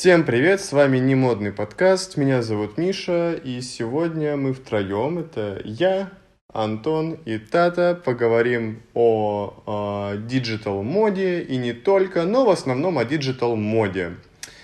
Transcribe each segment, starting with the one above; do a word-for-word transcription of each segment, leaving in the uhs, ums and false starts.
Всем привет, с вами Немодный подкаст, меня зовут Миша, и сегодня мы втроем, это я, Антон и Тата, поговорим о диджитал-моде и не только, но в основном о диджитал-моде.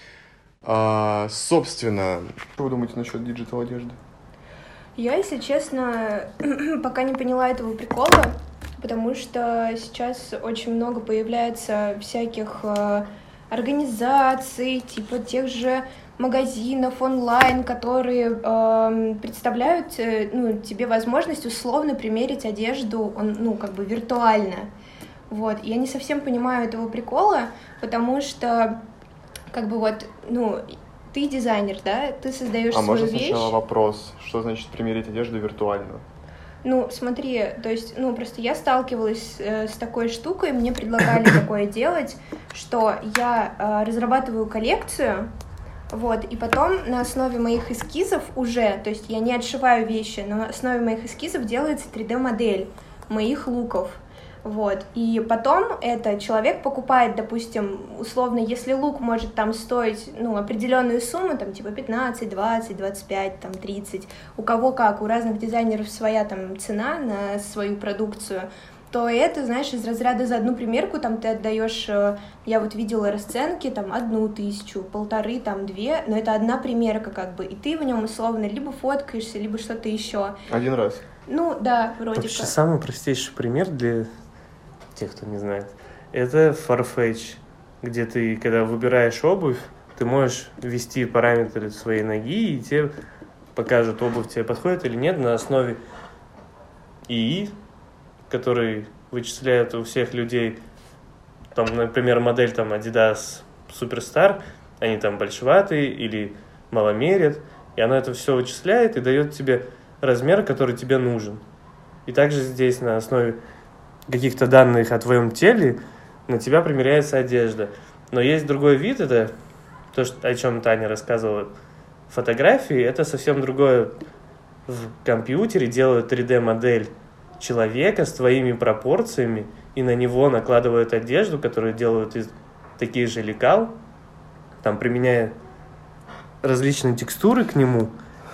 А, собственно, что вы думаете насчет диджитал-одежды? Я, если честно, пока не поняла этого прикола, потому что сейчас очень много появляется всяких э, организаций, типа тех же магазинов онлайн, которые э, представляют э, ну, тебе возможность условно примерить одежду, он, ну, как бы виртуально. Вот. Я не совсем понимаю этого прикола, потому что, как бы вот, ну, ты дизайнер, да, ты создаешь а свою вещь. А можно сначала вопрос, что значит примерить одежду виртуально? Ну, смотри, то есть, ну, просто я сталкивалась э, с такой штукой, мне предлагали такое делать, что я э, разрабатываю коллекцию, вот, и потом на основе моих эскизов уже, то есть я не отшиваю вещи, но на основе моих эскизов делается три дэ-модель моих луков. Вот, и потом это человек покупает, допустим, условно, если лук может там стоить, ну, определенную сумму, там, типа пятнадцать, двадцать, двадцать пять, там, тридцать, у кого как, у разных дизайнеров своя там цена на свою продукцию, то это, знаешь, из разряда за одну примерку, там, ты отдаешь, я вот видела расценки, там, одну тысячу, полторы, там, две, но это одна примерка, как бы, и ты в нем, условно, либо фоткаешься, либо что-то еще. Один раз? Ну, да, вроде Вообще, как. самый простейший пример для тех, кто не знает, это Farfetch, где ты, когда выбираешь обувь, ты можешь ввести параметры своей ноги, и тебе покажут, обувь тебе подходит или нет, на основе ИИ, который вычисляет у всех людей, там, например, модель там Adidas Superstar, они там большеватые или маломерят, и она это все вычисляет и дает тебе размер, который тебе нужен. И также здесь на основе каких-то данных о твоем теле на тебя примеряется одежда. Но есть другой вид, это то, что, о чем Таня рассказывала, фотографии, это совсем другое. В компьютере делают три дэ-модель человека с твоими пропорциями, и на него накладывают одежду, которую делают из таких же лекал, там применяя различные текстуры к нему,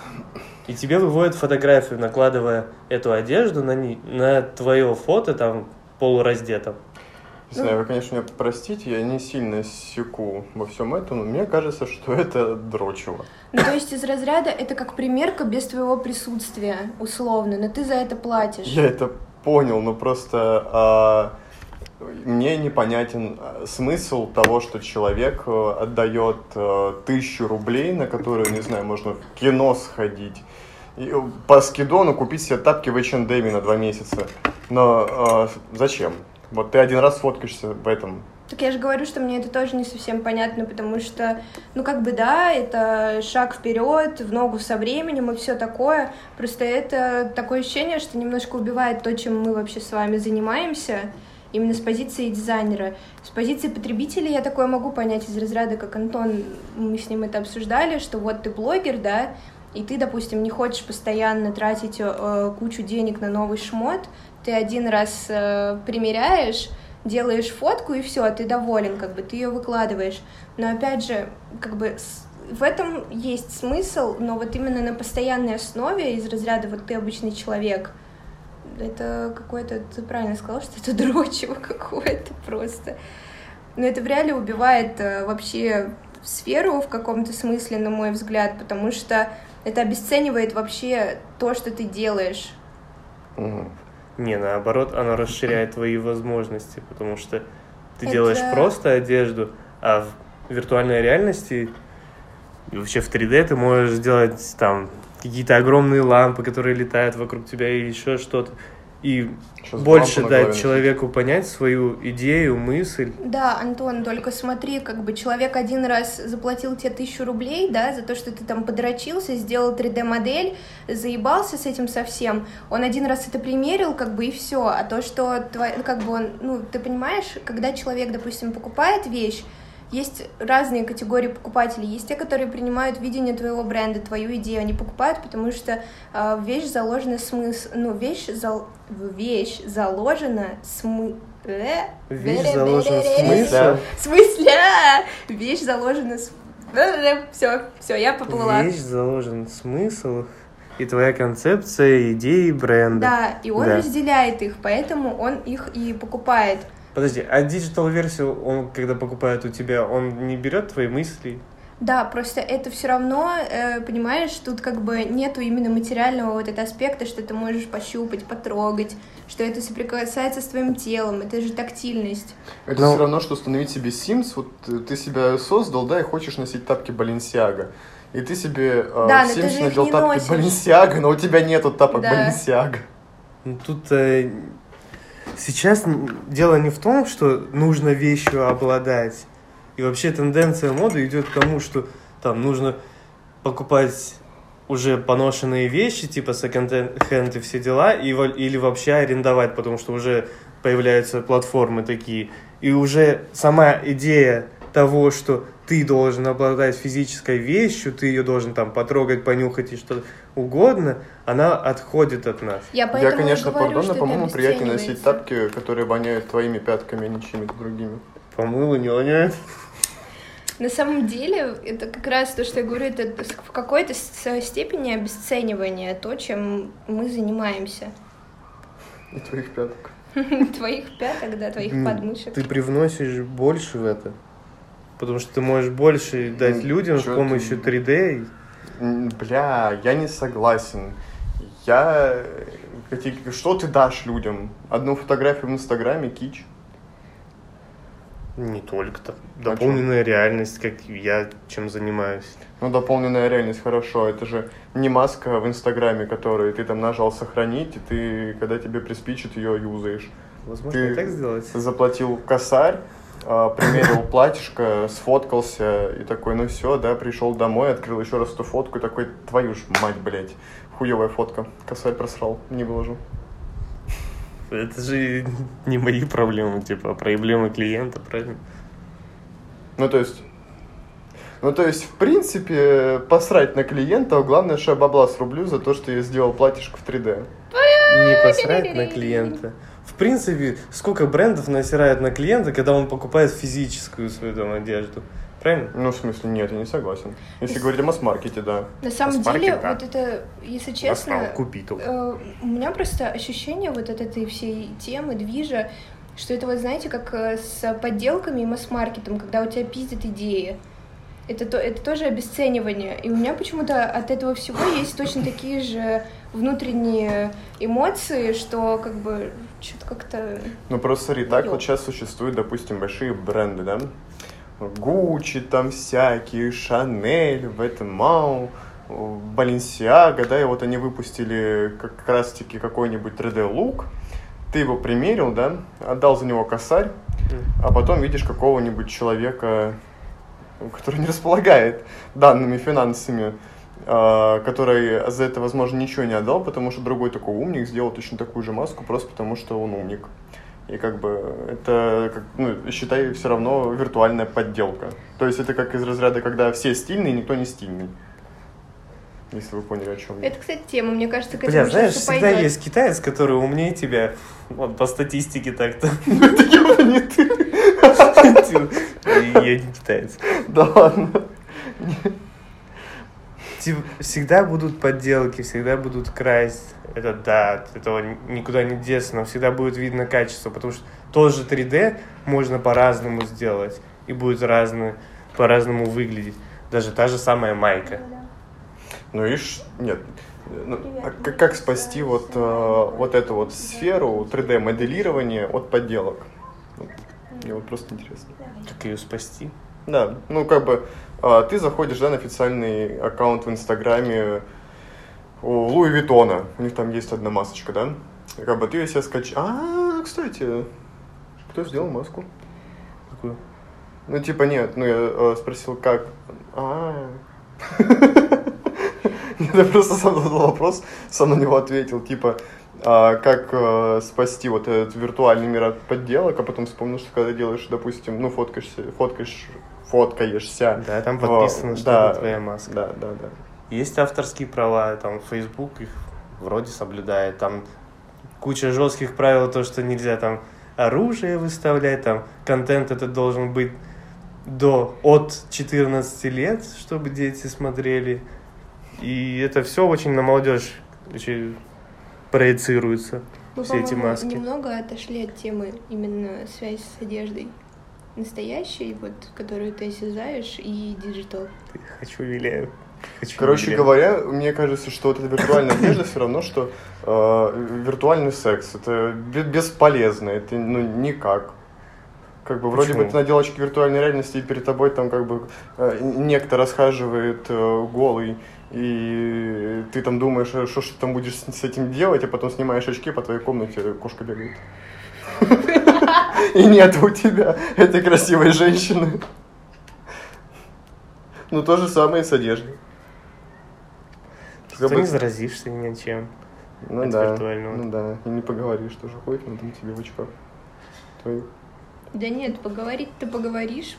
и тебе выводят фотографию, накладывая эту одежду на, не, на твое фото, там, полураздетом. Не знаю, вы, конечно, меня простите, я не сильно секу во всем этом, но мне кажется, что это дрочево. Ну, то есть из разряда это как примерка без твоего присутствия, условно, но ты за это платишь. Я это понял, но просто а, мне непонятен смысл того, что человек отдает а, тысячу рублей, на которые, не знаю, можно в кино сходить, и по скидону купить себе тапки в эйч энд эм на два месяца. Но а, зачем? Вот ты один раз фоткаешься в этом. Так я же говорю, что мне это тоже не совсем понятно, потому что, ну, как бы, да, это шаг вперед, в ногу со временем и все такое. Просто это такое ощущение, что немножко убивает то, чем мы вообще с вами занимаемся, именно с позиции дизайнера. С позиции потребителя я такое могу понять из разряда, как Антон, мы с ним это обсуждали, что вот ты блогер, да, и ты, допустим, не хочешь постоянно тратить э, кучу денег на новый шмот, ты один раз э, примеряешь, делаешь фотку, и все, ты доволен, как бы, ты ее выкладываешь. Но, опять же, как бы, с, в этом есть смысл, но вот именно на постоянной основе, из разряда, вот ты обычный человек, это какое-то, ты правильно сказал, что это дрочево какое-то просто. Но это в реале убивает э, вообще сферу в каком-то смысле, на мой взгляд, потому что это обесценивает вообще то, что ты делаешь. Угу. Не, наоборот, оно расширяет твои возможности, потому что ты это... делаешь просто одежду, а в виртуальной реальности и вообще в три дэ ты можешь сделать там какие-то огромные лампы, которые летают вокруг тебя и еще что-то. И сейчас больше дать человеку понять свою идею, мысль. Да, Антон, только смотри, как бы человек один раз заплатил тебе тысячу рублей, да, за то, что ты там подрочился, сделал три дэ-модель, заебался с этим совсем, он один раз это примерил, как бы, и все. А то, что, как бы он, ну, ты понимаешь, когда человек, допустим, покупает вещь, есть разные категории покупателей. Есть те, которые принимают видение твоего бренда, твою идею. Они покупают, потому что э, в вещь заложена смысл... Ну, вещь, зал... в вещь заложена смысл... Вещь заложена смысл? В смысле? Вещь заложена Да-да-да, все, все, я поплыла. Вещь заложен смысл и твоя концепция, идеи бренда. Да, и он Да. разделяет их, поэтому он их и покупает. Подожди, а диджитал-версию, он, когда покупает у тебя, он не берет твои мысли? Да, просто это все равно, э, понимаешь, тут как бы нету именно материального вот этого аспекта, что ты можешь пощупать, потрогать, что это соприкасается с твоим телом, это же тактильность. Это Но- все равно, что установить себе Sims. Вот э, ты себя создал, да, и хочешь носить тапки Balenciaga. И ты себе э, Да, в но ты Sims же их надел не тапки носишь. Balenciaga, но у тебя нету тапок Да. Balenciaga. Ну, тут э, сейчас н- дело не в том, что нужно вещью обладать. И вообще тенденция моды идет к тому, что там нужно покупать уже поношенные вещи, типа секонд-хенд и все дела, и, во- или вообще арендовать, потому что уже появляются платформы такие. И уже сама идея того, что ты должен обладать физической вещью, ты ее должен там потрогать, понюхать и что угодно, она отходит от нас. Я Я, поэтому и конечно, говорю, пардон, что но, это по-моему, приятнее носить обесценивается. тапки, которые воняют твоими пятками, а не чьими-то другими. По-моему, не воняет. На самом деле, это как раз то, что я говорю, это в какой-то с- степени обесценивание то, чем мы занимаемся. И твоих пяток. Твоих пяток, да, твоих М, подмышек. Ты привносишь больше в это. Потому что ты можешь больше дать М, людям с чё помощью ты- три дэ. М, Бля, я не согласен. Я... э, какие- Что ты дашь людям? Одну фотографию в Инстаграме, кич? Не только так. А Дополненная реальность, как я чем занимаюсь. Ну, дополненная реальность, хорошо. Это же не маска в Инстаграме, которую ты там нажал сохранить, и ты, когда тебе приспичит, ее юзаешь. Возможно, Ты и так сделать. Заплатил косарь, а, примерил платьишко, сфоткался и такой, ну все, да, пришел домой, открыл еще раз эту фотку и такой, твою ж мать, блядь, хуевая фотка. Косарь просрал, не выложу. Это же не мои проблемы, типа, а проблемы клиента, правильно? Ну, то есть... Ну, то есть, в принципе, посрать на клиента, а главное, что я бабла срублю за то, что я сделал платьишко в три дэ. Не посрать на клиента. В принципе, сколько брендов насирают на клиента, когда он покупает физическую свою там одежду. Правильно? Ну, в смысле, нет, я не согласен. Если говорить о масс-маркете, да. На самом Масс-маркет, деле, да. вот это, если честно, Достал, купи только. э, у меня просто ощущение вот от этой всей темы, движа, что это вот, знаете, как э, с подделками и масс-маркетом, когда у тебя пиздят идеи. Это, то, это тоже обесценивание. И у меня почему-то от этого всего есть точно такие же внутренние эмоции, что как бы что-то как-то... Ну, просто смотри, так Ё. вот сейчас существуют, допустим, большие бренды, да? Гуччи там всякие, Шанель, в этом Мау, Balenciaga, да, и вот они выпустили как раз-таки какой-нибудь три дэ-лук, ты его примерил, да, отдал за него косарь, а потом видишь какого-нибудь человека, который не располагает данными финансами, а, который за это, возможно, ничего не отдал, потому что другой такой умник сделал точно такую же маску, просто потому что он умник. И как бы это, как, ну, считай, все равно виртуальная подделка. То есть это как из разряда, когда все стильные, никто не стильный. Если вы поняли, о чем я. Это, кстати, тема, мне кажется, к этому Бля, сейчас знаешь, всё всегда пойдёт. есть китаец, который умнее тебя. Вот по статистике так-то. Это явно не ты. Я не китаец. Да ладно. Типа, всегда будут подделки, всегда будут красть. Это да, от этого никуда не деться, но всегда будет видно качество, потому что тоже три дэ можно по-разному сделать и будет разно, по-разному выглядеть. Даже та же самая майка. Ну и ш... нет. Ну, а как, как спасти вот, э, вот эту вот сферу три дэ-моделирования от подделок? Вот. Мне вот просто интересно. Как ее спасти? Да, ну как бы э, ты заходишь, да, на официальный аккаунт в Инстаграме у Луи Виттона. У них там есть одна масочка, да? И как бы ты ее себе скачаешь. А, кстати, кто сделал маску? Какую? Ну типа нет, ну я э, спросил, как. А. Я просто сам задал вопрос, сам на него ответил, типа, а, как а, спасти вот этот виртуальный мир от подделок, а потом вспомнил, что когда делаешь, допустим, ну, фоткаешься, фоткаешь, фоткаешься. Да, там в- подписано, что да, это твоя маска. Да, да, да. Есть авторские права, там Facebook их вроде соблюдает, там куча жестких правил, то, что нельзя там оружие выставлять, там контент этот должен быть до от четырнадцати лет, чтобы дети смотрели. И это все очень на молодежь очень проецируется, Мы, все эти по-моему, маски. немного отошли от темы именно связь с одеждой. Настоящей, вот, которую ты осязаешь, и диджитал. Хочу, виляю. Хочу, Короче виляю. говоря, мне кажется, что вот эта виртуальная одежда все равно, что э, виртуальный секс. Это бе- бесполезно, это ну никак. Как бы вроде Почему? бы ты надел очки виртуальной реальности, и перед тобой там как бы э, некто расхаживает э, голый, и ты там думаешь, что что ты там будешь с, с этим делать, а потом снимаешь очки, по твоей комнате кошка бегает. И нет у тебя этой красивой женщины. Ну то же самое и с одеждой. Ты не заразишься ничем. Ну от да, виртуального. ну да, и не поговоришь тоже, ходит он там тебе в очках. Твоих. Да нет, поговорить ты поговоришь.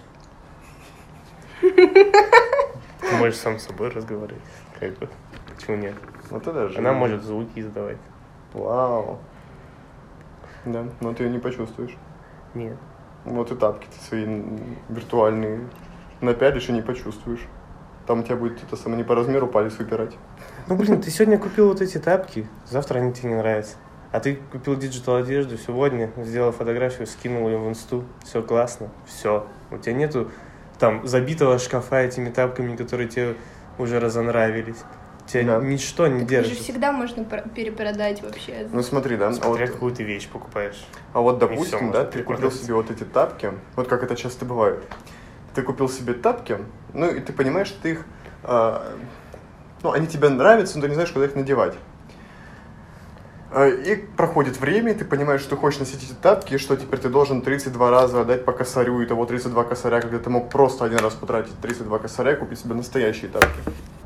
Ты можешь сам с собой разговаривать. Как бы. Почему нет? Вот это же. Она может звуки издавать. Вау. Да, но ты ее не почувствуешь. Нет. Вот и тапки ты свои м, виртуальные напялишь и не почувствуешь. Там у тебя будет это самое не по размеру палец выпирать. Ну, блин, ты сегодня купил вот эти тапки, завтра они тебе не нравятся. А ты купил диджитал одежду сегодня, сделал фотографию, скинул ее в инсту, все классно, все. У тебя нету там забитого шкафа этими тапками, которые тебе уже разонравились. Тебя Да. ничто не Так держит. же всегда можно пр- перепродать вообще. Ну смотри, да, а Смотря вот, какую ты вещь покупаешь. а вот всё допустим, можно да, ты купил перепродать. себе вот эти тапки, вот как это часто бывает. Ты купил себе тапки, ну и ты понимаешь, что ты их, а, ну они тебе нравятся, но ты не знаешь, куда их надевать. А, И проходит время, и ты понимаешь, что ты хочешь носить эти тапки, и что теперь ты должен тридцать два раза отдать по косарю, и того тридцать два косаря, когда ты мог просто один раз потратить тридцать два косаря и купить себе настоящие тапки.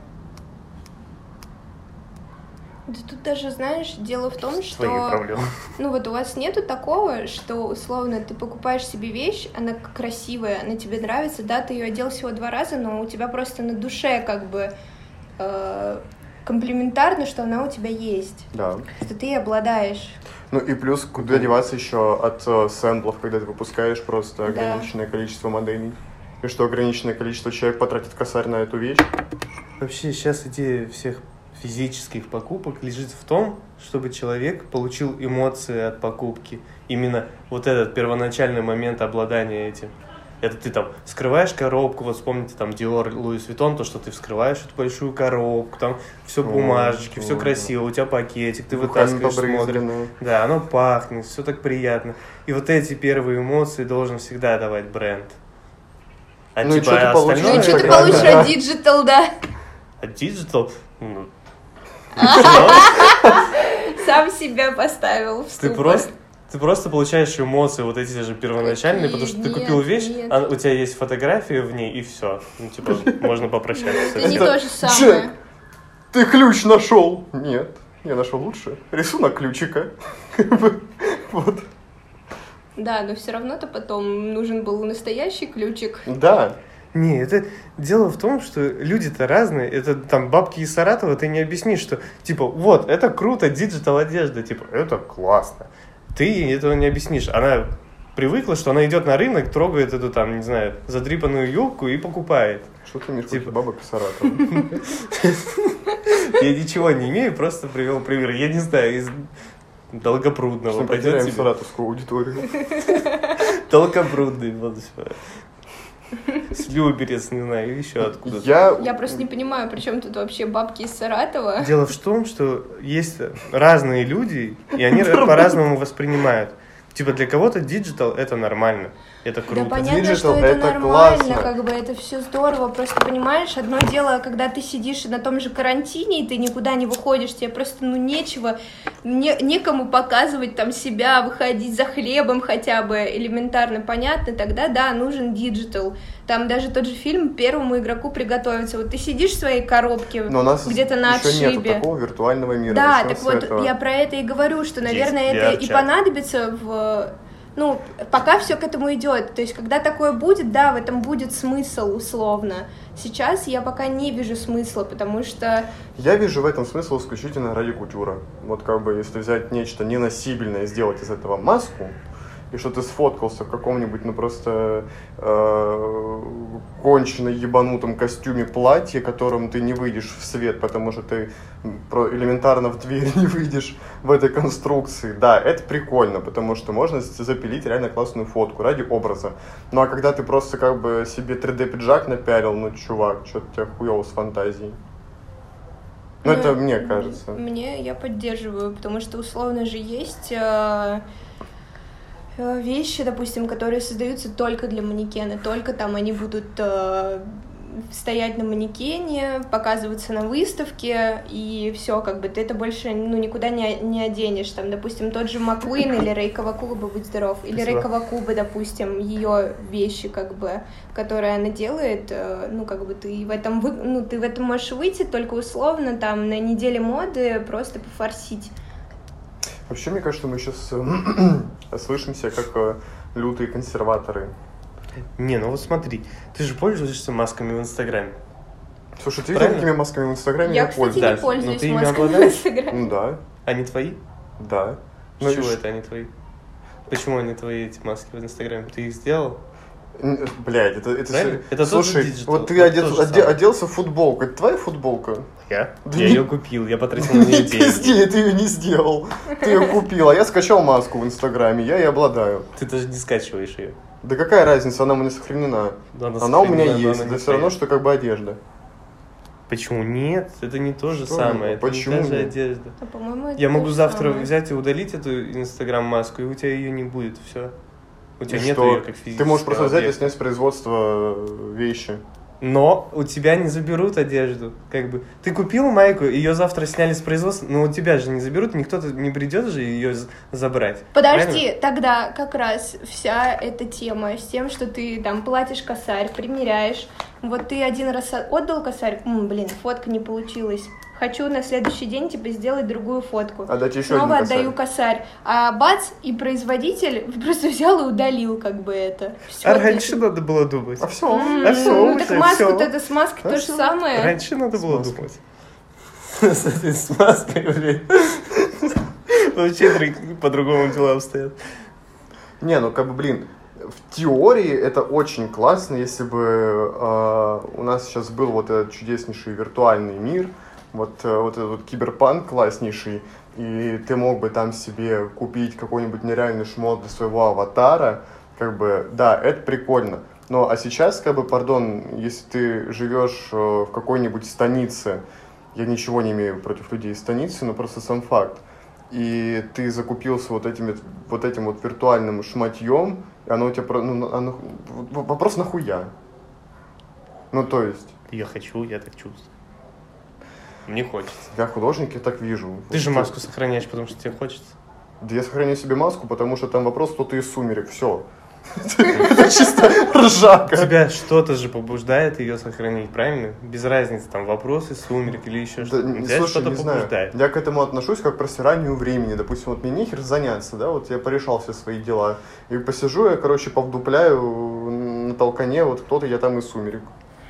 Да тут даже, знаешь, дело в том, Твои что... проблемы. Ну вот у вас нету такого, что условно ты покупаешь себе вещь, она красивая, она тебе нравится, да, ты ее одел всего два раза, но у тебя просто на душе как бы э, комплиментарно, что она у тебя есть, Да. что ты ей обладаешь. Ну и плюс, куда деваться еще от э, сэмплов, когда ты выпускаешь просто Да. ограниченное количество моделей. И что ограниченное количество человек потратит косарь на эту вещь. Вообще сейчас идея всех физических покупок лежит в том, чтобы человек получил эмоции от покупки. Именно вот этот первоначальный момент обладания этим. Это ты там вскрываешь коробку, вот вспомните там Dior, Louis Vuitton, то, что ты вскрываешь эту большую коробку, там все бумажечки, все Ой, красиво, у тебя пакетик, ты Руками вытаскиваешь, смотришь. побрызганные. Да, оно пахнет, все так приятно. И вот эти первые эмоции должен всегда давать бренд. А Ну и типа что ты получишь? Ну и остальное... что ты Инстаграме. получишь от диджитал, да? А диджитал? Ну, Сам себя поставил в Ты ступор. просто, ты просто получаешь эмоции, вот эти же первоначальные, Какие? потому что ты Нет, купил вещь, нет. а у тебя есть фотография в ней, и все. Ну, типа, можно попрощаться. с Это не этим. то же самое. Джек, ты ключ нашел? Нет, я нашел лучше. Рисунок ключика. Вот. Да, но все равно-то потом нужен был настоящий ключик. Да. Не, это дело в том, что люди-то разные. Это там бабки из Саратова, ты не объяснишь, что типа, вот, это круто, диджитал одежда, типа, это классно. Ты этого не объяснишь. Она привыкла, что она идет на рынок, трогает эту там, не знаю, задрипанную юбку и покупает. Что ты имеешь Типа- против бабок из Саратова? Я ничего не имею, просто привел пример. Я не знаю, из Долгопрудного Что мы пойдет потеряем тебе. саратовскую аудиторию. Долгопрудный, вот всё. С Люберец, не знаю, еще откуда. Я... Я просто не понимаю, при чем тут вообще бабки из Саратова. Дело в том, что есть разные люди, и они по-разному воспринимают. Типа для кого-то диджитал это нормально, это Да круто. понятно, Digital что это, это нормально, классно. как бы это все здорово. Просто понимаешь, одно дело, когда ты сидишь на том же карантине, и ты никуда не выходишь, тебе просто ну нечего, не, некому показывать там себя, выходить за хлебом хотя бы элементарно, понятно, тогда да, нужен диджитал. Там даже тот же фильм «Первому игроку приготовиться». Вот ты сидишь в своей коробке Но у нас где-то на еще нету отшибе. такого виртуального мира. Да, Начнем так с вот, этого. я про это и говорю, что, наверное, Есть это и ярче. понадобится в... Ну, пока все к этому идет. То есть, когда такое будет, да, в этом будет смысл, условно. Сейчас я пока не вижу смысла, потому что... Я вижу в этом смысл исключительно ради кутюра. Вот как бы, если взять нечто неносибельное и сделать из этого маску, и что ты сфоткался в каком-нибудь, ну, просто э, кончено ебанутом костюме платье, которым ты не выйдешь в свет, потому что ты элементарно в дверь не выйдешь в этой конструкции. Да, это прикольно, потому что можно запилить реально классную фотку ради образа. Ну, а когда ты просто как бы себе три дэ-пиджак напялил, ну, чувак, что-то у тебя хуёво с фантазией. Ну, это мне кажется. Мне, я поддерживаю, потому что условно же есть э, э, вещи, допустим, которые создаются только для манекена, только там они будут э, стоять на манекене, показываться на выставке, и все, как бы ты это больше, ну, никуда не, не оденешь. Там, допустим, тот же Маккуин или Рэй Кавакуба, будь здоров, или Спасибо. Рэй Кавакуба, допустим, ее вещи, как бы, которые она делает, ну, как бы ты в этом, вы... ну, ты в этом можешь выйти только условно, там, на неделе моды просто пофорсить. Вообще, мне кажется, мы сейчас слышимся как э, лютые консерваторы. Не, ну вот смотри, ты же пользуешься масками в Инстаграме. Слушай, ты видел, какими масками в Инстаграме я, я пользуюсь? Я, кстати, не Да, пользуюсь но ты ими масками в обладаешь? Инстаграме. Ну да. Они твои? Да. С Ну, чего видишь, это они твои? Почему они твои, эти маски в Инстаграме? Ты их сделал? Блядь, это... это, Правильно? все... Это Слушай, тоже digital, вот ты это одел, тоже оде- самое. оделся в футболку. Это твоя футболка? Я? Да я не- ее купил, я потратил на нее деньги. Пизди, ты ее не сделал. Ты ее купил, а я скачал маску в Инстаграме, я и обладаю. Ты даже не скачиваешь ее. Да какая разница, она у меня сохранена. Она Она у меня сохранена, но есть, она это не все равно, твоя. что как бы одежда. Почему? Нет, это не то же Что самое. нет? Это Почему не та же нет? одежда. А, по-моему, это Я то могу же завтра самое. взять и удалить эту инстаграм-маску, и у тебя ее не будет, все. У тебя И нет что? ее как физического Ты можешь просто взять и объекта. снять с производства э, вещи. Но у тебя не заберут одежду. Как бы ты купил майку, ее завтра сняли с производства, но у тебя же не заберут, никто не придет же ее з- забрать. Подожди, Правильно? тогда как раз вся эта тема с тем, что ты там платишь косарь, примеряешь. Вот ты один раз отдал косарь, М, блин, фотка не получилась. Хочу на следующий день типа сделать другую фотку. Отдать еще Снова один отдаю косарь. косарь. А бац, и производитель просто взял и удалил как бы это. Всё, А ты- раньше надо было думать. А все. М, а всё, ну, уже так маску-то всё. это с маской А то же всё. самое. Раньше надо С было маской. думать. С этой смазкой, блин. Вообще три- по-другому дела обстоят. Не, ну как бы, блин, в теории это очень классно, если бы э, у нас сейчас был вот этот чудеснейший виртуальный мир, вот, э, вот этот вот киберпанк класснейший, и ты мог бы там себе купить какой-нибудь нереальный шмот для своего аватара, как бы, да, это прикольно. Но, а сейчас, как бы, пардон, если ты живешь э, в какой-нибудь станице, я ничего не имею против людей из станицы, но просто сам факт, и ты закупился вот этим, вот этим вот виртуальным шматьем, и оно у тебя, про- ну, оно, вопрос нахуя? Ну, то есть, Я хочу, я так чувствую. Мне хочется. я художник, я так вижу. Ты же маску сохраняешь, потому что тебе хочется. Да я сохраняю себе маску, потому что там вопрос кто-то из сумерек, все. Это чисто ржака. Тебя что-то же побуждает ее сохранить, правильно? Без разницы, там, вопросы, сумерек или еще Да, что-то. не- Тебя слушай, что-то не знаю. побуждает. Я к этому отношусь как к просиранию времени. Допустим, вот мне нехер заняться, да, вот я порешал все свои дела. И посижу, я, короче, повдупляю на толкане, вот кто-то я там из сумерек.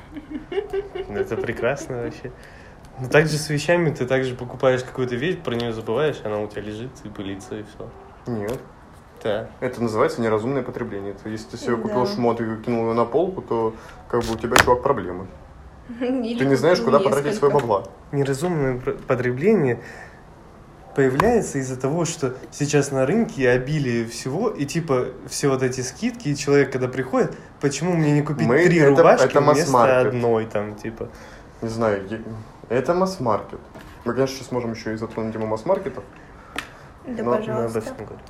Ну, это прекрасно вообще. Но так же с вещами ты также покупаешь какую-то вещь, про нее забываешь, она у тебя лежит и пылится, и все. Нет. Да. Это называется неразумное потребление. Это если ты себе Да. купил шмот и кинул его на полку, то как бы у тебя, чувак, проблемы. Или Ты не знаешь, купил куда потратить свое несколько. бабла. Неразумное пр- потребление появляется из-за того, что сейчас на рынке обилие всего, и типа все вот эти скидки, и человек, когда приходит, почему мне не купить Мы- три это- рубашки это вместо масс-маркет. одной, там, типа. Не знаю, е- это масс-маркет. Мы, конечно, сейчас можем еще и затронуть тему масс-маркетов. Да, Но- Мы об пожалуйста. этом говорим.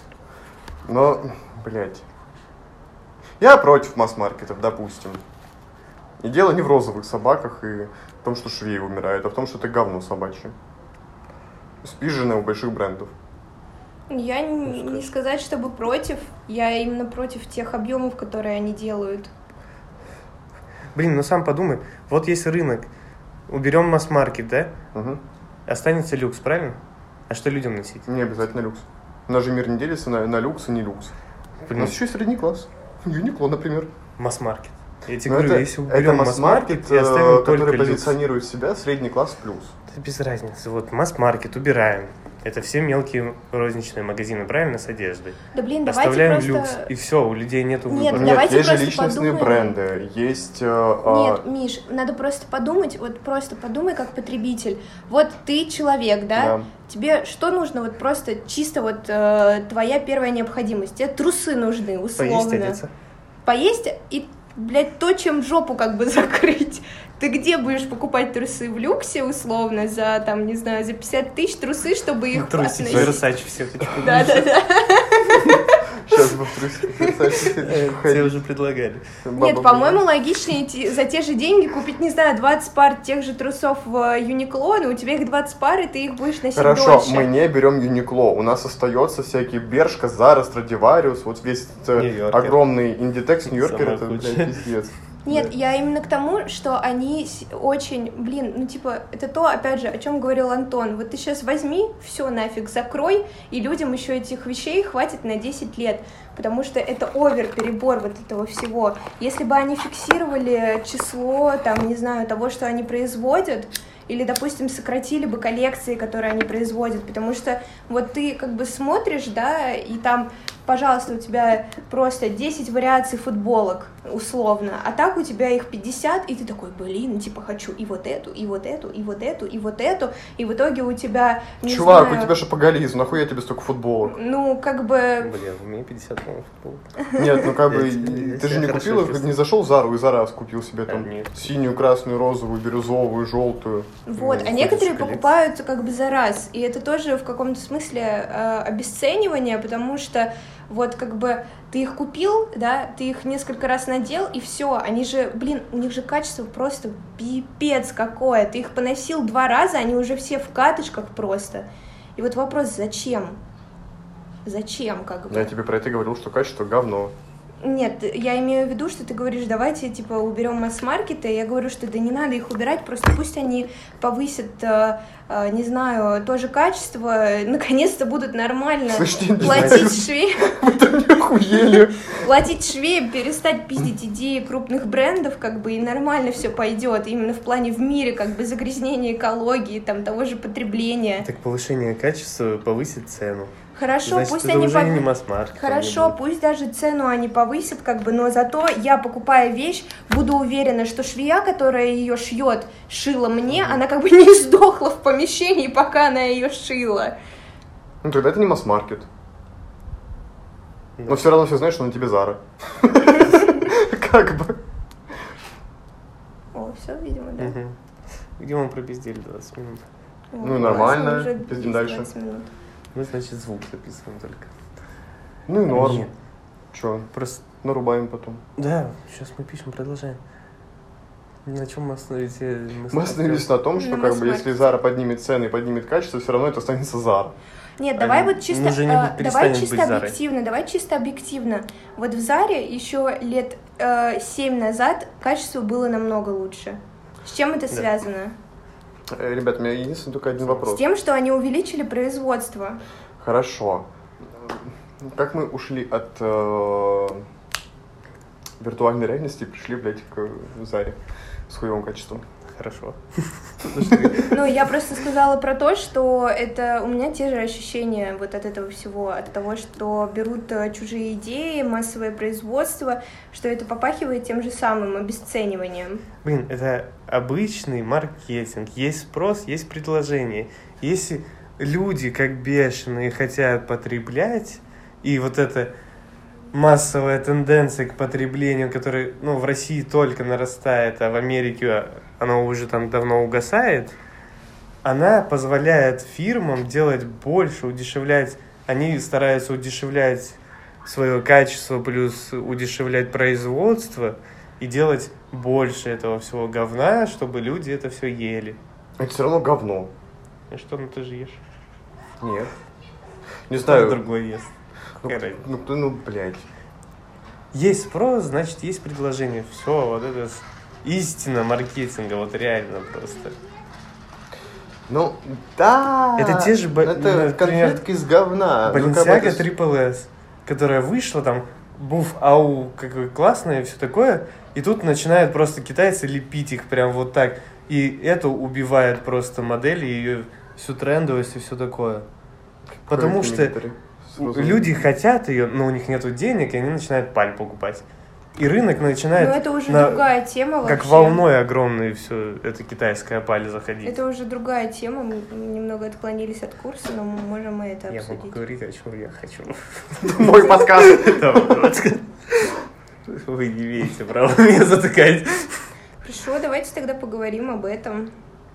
Но, блядь, я против масс-маркетов, допустим. И дело не в розовых собаках и в том, что швеи умирают, а в том, что это говно собачье. Спиженное у больших брендов. Я Ну, н- скажи. не сказать, чтобы против, я именно против тех объемов, которые они делают. Блин, ну сам подумай, вот есть рынок, уберем масс-маркет, да? Угу. Останется люкс, правильно? А что людям носить? Не обязательно люкс. Наш же мир не делится на, на люкс и не люкс. У Блин, нас еще и средний класс. Юникло, например. масс-маркет. Я тебе Но говорю, это, если это уберем масс-маркет, масс-маркет и оставим э, только который люкс. позиционирует себя средний класс плюс. Это без разницы. Вот масс-маркет убираем. Это все мелкие розничные магазины, правильно, с одеждой? Да блин, давайте Оставляем просто... люкс, и все, у людей нету Нет, выбора. Нет, давайте есть же просто личностные подумаем. бренды, есть... э, Нет, э, Миш, надо просто подумать, вот просто подумай как потребитель. Вот ты человек, да? Да. Тебе что нужно? Вот просто чисто вот э, твоя первая необходимость. Тебе трусы нужны, условно. Поесть, одеться. Поесть и, блядь, то, чем жопу как бы закрыть. Ты где будешь покупать трусы? В люксе, условно, за, там, не знаю, за пятьдесят тысяч трусы, чтобы их Трусики, относить? Версачи все хочу купить. Да-да-да. Сейчас бы в трусиках. Тебе уже предлагали. Нет, по-моему, логичнее идти за те же деньги купить, не знаю, двадцать пар тех же трусов в Юникло, но у тебя их двадцать пар, и ты их будешь носить Хорошо, дольше. мы не берем Юникло. У нас остается всякие Бершка, Зара, Страдивариус, вот весь этот Нью-Йоркер. огромный Индитекс, Нью-Йоркер, Самая это, куча. блядь, пиздец. Нет, я именно к тому, что они с- очень, блин, ну типа, это то, опять же, о чем говорил Антон. Вот ты сейчас возьми, все нафиг закрой, и людям еще этих вещей хватит на десять лет, потому что это овер, перебор вот этого всего. Если бы они фиксировали число, там, не знаю, того, что они производят, или, допустим, сократили бы коллекции, которые они производят, потому что вот ты как бы смотришь, да, и там, пожалуйста, у тебя просто десять вариаций футболок, условно, а так у тебя их пятьдесят, и ты такой, блин, типа, хочу и вот эту, и вот эту, и вот эту, и вот эту, и в итоге у тебя, не Чувак, знаю, у тебя шапоголизм, нахуя тебе столько футболок? ну, как бы, Блин, у меня пятьдесят, по-моему, футболок. Нет, ну как бы, Я тебя- я ты же себя не хорошо купил, чувствую. не зашел в Зару и Зара купил себе там Нет. синюю, красную, розовую, бирюзовую, желтую. вот, Ну, а входишь некоторые в коллекцию. покупают как бы за раз, и это тоже в каком-то смысле э, обесценивание, потому что вот как бы ты их купил, да, ты их несколько раз надел, и все, они же, блин, у них же качество просто пипец какое, ты их поносил два раза, они уже все в катышках просто, и вот вопрос, зачем? Зачем, как бы? Я тебе про это говорил, что качество говно. Нет, я имею в виду, что ты говоришь, давайте, типа, уберем масс-маркеты, я говорю, что да не надо их убирать, просто пусть они повысят, э, э, не знаю, то же качество, наконец-то будут нормально Слышь, не платить швеям, Вы там не охуели. платить швеям, перестать пиздить идеи крупных брендов, как бы, и нормально все пойдет, именно в плане в мире, как бы, загрязнения экологии, там, того же потребления. Так повышение качества повысит цену. Хорошо, Значит, пусть это они уже пов- не масс-маркет. Хорошо, пусть даже цену они повысят, как бы, но зато я, покупая вещь, буду уверена, что швея, которая ее шьет, шила мне, она как бы не сдохла в помещении, пока она ее шила. Ну тогда это не масс-маркет. Но все равно все знают, что на тебе Зара. Как бы. О, все, видимо, да. Угу. Видимо, пропиздили двадцать минут. О, Ну, классно, нормально, уже пиздим есть дальше. двадцать минут. Мы, значит, звук записываем только. Ну и норм. Нет, Че, просто... нарубаем потом. Да, сейчас мы пишем, продолжаем. На чем мы остановились? Я- Мы остановились на том, что На как бы масс-маркете. если Зара поднимет цены и поднимет качество, все равно это останется Зара. Нет, давай А, вот чисто, мы же не э, давай перестанем чисто быть Зарой. объективно, давай чисто объективно. Вот в Заре еще лет э, семь назад качество было намного лучше. С чем это Да. связано? Э, Ребят, у меня единственный только один С вопрос. тем, что они увеличили производство. Хорошо. Как мы ушли от э, виртуальной реальности и пришли, блядь, к Заре с хуевым качеством? Хорошо. Ну, я просто сказала про то, что это у меня те же ощущения вот от этого всего, от того, что берут э, чужие идеи, массовое производство, что это попахивает тем же самым обесцениванием. Блин, это обычный маркетинг. Есть спрос, есть предложение. Если люди, как бешеные, хотят потреблять, и вот эта массовая тенденция к потреблению, которая, ну, в России только нарастает, а в Америке она уже там давно угасает, она позволяет фирмам делать больше, удешевлять. Они стараются удешевлять свое качество, плюс удешевлять производство и делать больше этого всего говна, чтобы люди это все ели. Это все равно говно. И что, ну ты же ешь? Нет. Не Кто знаю. другой ест? Ну, Какая разница? ну, ты, ну, блядь. Есть спрос, значит, есть предложение. Все, вот это с- истина маркетинга, вот реально просто. Ну, да. Это те же ба- Это например, конфетка из говна. Ну, как бы Balenciaga это- Triple S, которая вышла там, буф, ау, какой классная и все такое, и тут начинают просто китайцы лепить их прям вот так, и это убивает просто модель, и ее всю трендовость и все такое. Потому что Сразу... люди хотят ее, но у них нет денег, и они начинают паль покупать. И рынок начинает... Но это уже на... другая тема вообще. Как волной огромной все это китайская паль заходить. Это уже другая тема, мы немного отклонились от курса, но мы можем и это я обсудить. Я могу говорить, о чем я хочу. Мой подкаст. Вы не имеете права меня затыкать. Хорошо, давайте тогда поговорим об этом.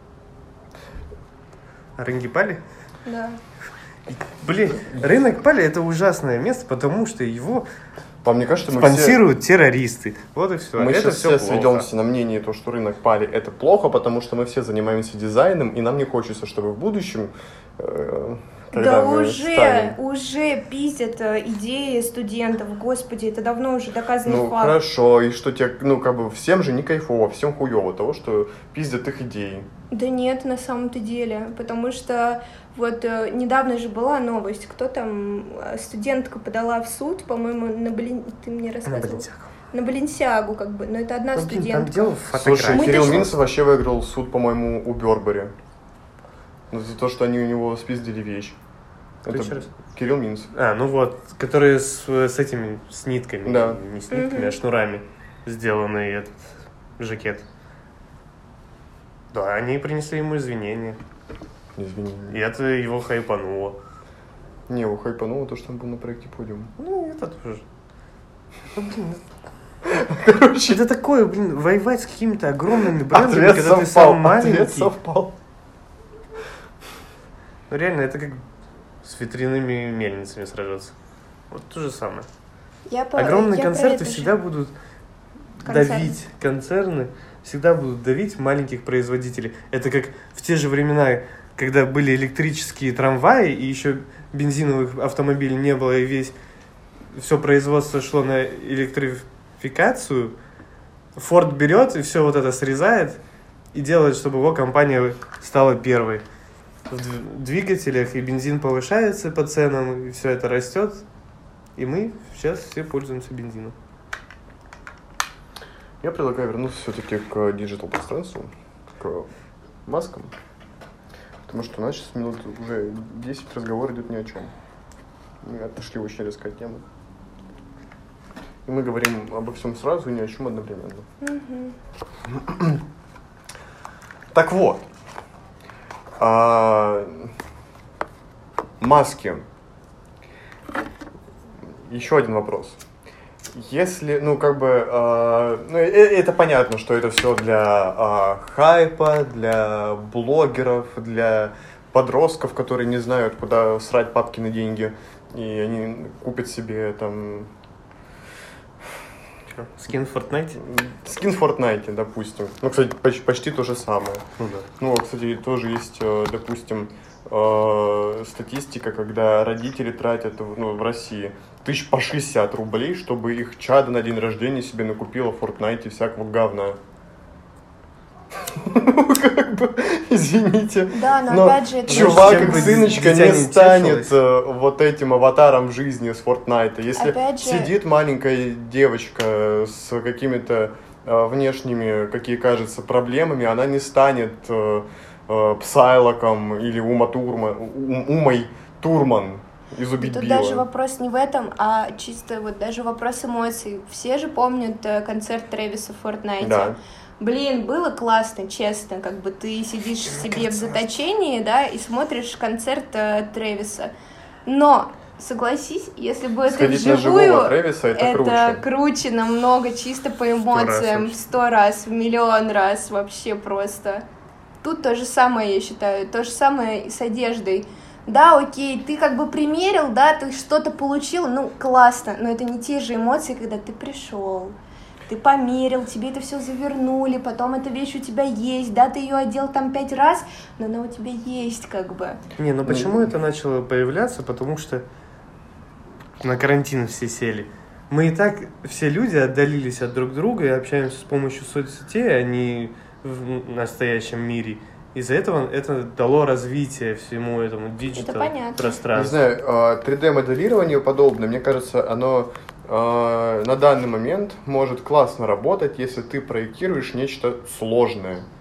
О рынке пали? Да. Блин, рынок пали — это ужасное место, потому что его Вам не кажется, мы спонсируют все... террористы. Вот и все. Мы это сейчас все все сведемся на мнение, то, что рынок пали — это плохо, потому что мы все занимаемся дизайном, и нам не хочется, чтобы в будущем... Э, да уже, станем... уже пиздят идеи студентов, господи, это давно уже доказанный ну, факт. Ну хорошо, и что тебе, ну как бы всем же не кайфово, всем хуево того, что пиздят их идеи. Да нет, на самом-то деле, потому что вот э, недавно же была новость, кто там, студентка подала в суд, по-моему, на Балин... ты мне рассказывал. На Баленсиагу. На Баленсиагу, как бы, но это одна ну, студентка. Там дело в фотографии. Слушай, Мы Кирилл даже... Минцев вообще выиграл суд, по-моему, у Бёрбери. За то, что они у него спиздили вещь. Это Кирилл Минцев. А, ну вот, которые с, с этими, с нитками, да. не с нитками, mm-hmm. а шнурами сделанный этот жакет. Да, они принесли ему извинения. Извинения. И это его хайпануло. Не, его хайпануло то, что он был на проекте «Подиум». Ну, это тоже. Ну, блин, короче, это такое, блин, воевать с какими-то огромными брендами, ответ когда совпал, ты сам маленький. Ответ совпал. Ну, реально, это как с ветряными мельницами сражаться. Вот то же самое. Я по... Огромные я концерты всегда же. будут Концерн. давить, концерны всегда будут давить маленьких производителей. Это как в те же времена, когда были электрические трамваи, и еще бензиновых автомобилей не было, и весь все производство шло на электрификацию. Форд берет и все вот это срезает и делает, чтобы его компания стала первой. В двигателях и бензин повышается по ценам, и все это растет, и мы сейчас все пользуемся бензином. Я предлагаю вернуться все-таки к диджитал-пространству, к маскам, потому что у нас сейчас минут уже десять разговор идет ни о чем. Мы отошли очень резко от темы. И мы говорим обо всем сразу и ни о чем одновременно. Mm-hmm. Так вот. А, маски. Еще один вопрос. Если, ну, как бы, э, ну, это понятно, что это все для э, хайпа, для блогеров, для подростков, которые не знают, куда срать папкины деньги, и они купят себе там... Скин в Fortnite? Скин в Fortnite, допустим. Ну, кстати, почти, почти то же самое. Ну, да. Ну, кстати, тоже есть, допустим, статистика, когда родители тратят, ну, в России тысяч по шестьдесят рублей, чтобы их чадо на день рождения себе накупило в Fortnite всякого говна. Как бы, извините. Да, но, но опять же, это чувак, как сыночка, не станет вот этим аватаром в жизни с Fortnite. Если же... сидит маленькая девочка с какими-то э, внешними, какие кажется, проблемами, она не станет э, э, Псайлоком или Ума Турман, Умой Турман из «Убить Тут Билла». даже вопрос не в этом, а чисто вот даже вопрос эмоций. Все же помнят концерт Трэвиса в Fortnite. Да. Блин, было классно, честно, как бы ты сидишь себе в заточении, да, и смотришь концерт э, Трэвиса. Но, согласись, если бы это Сходить вживую, Трэвиса, это, это круче. круче намного, чисто по эмоциям, в сто раз, в миллион раз, вообще просто. Тут то же самое, я считаю, то же самое и с одеждой. Да, окей, ты как бы примерил, да, ты что-то получил, ну, классно, но это не те же эмоции, когда ты пришел. Ты померил, тебе это все завернули, потом эта вещь у тебя есть, да, ты ее одел там пять раз, но она у тебя есть, как бы. Не, ну почему это начало появляться? Потому что на карантин все сели. Мы и так, все люди отдалились от друг друга и общаемся с помощью соцсетей, а не в настоящем мире. Из-за этого это дало развитие всему этому диджитал-пространству. Не знаю, три дэ-моделирование подобное, мне кажется, оно... на данный момент может классно работать, если ты проектируешь нечто сложное.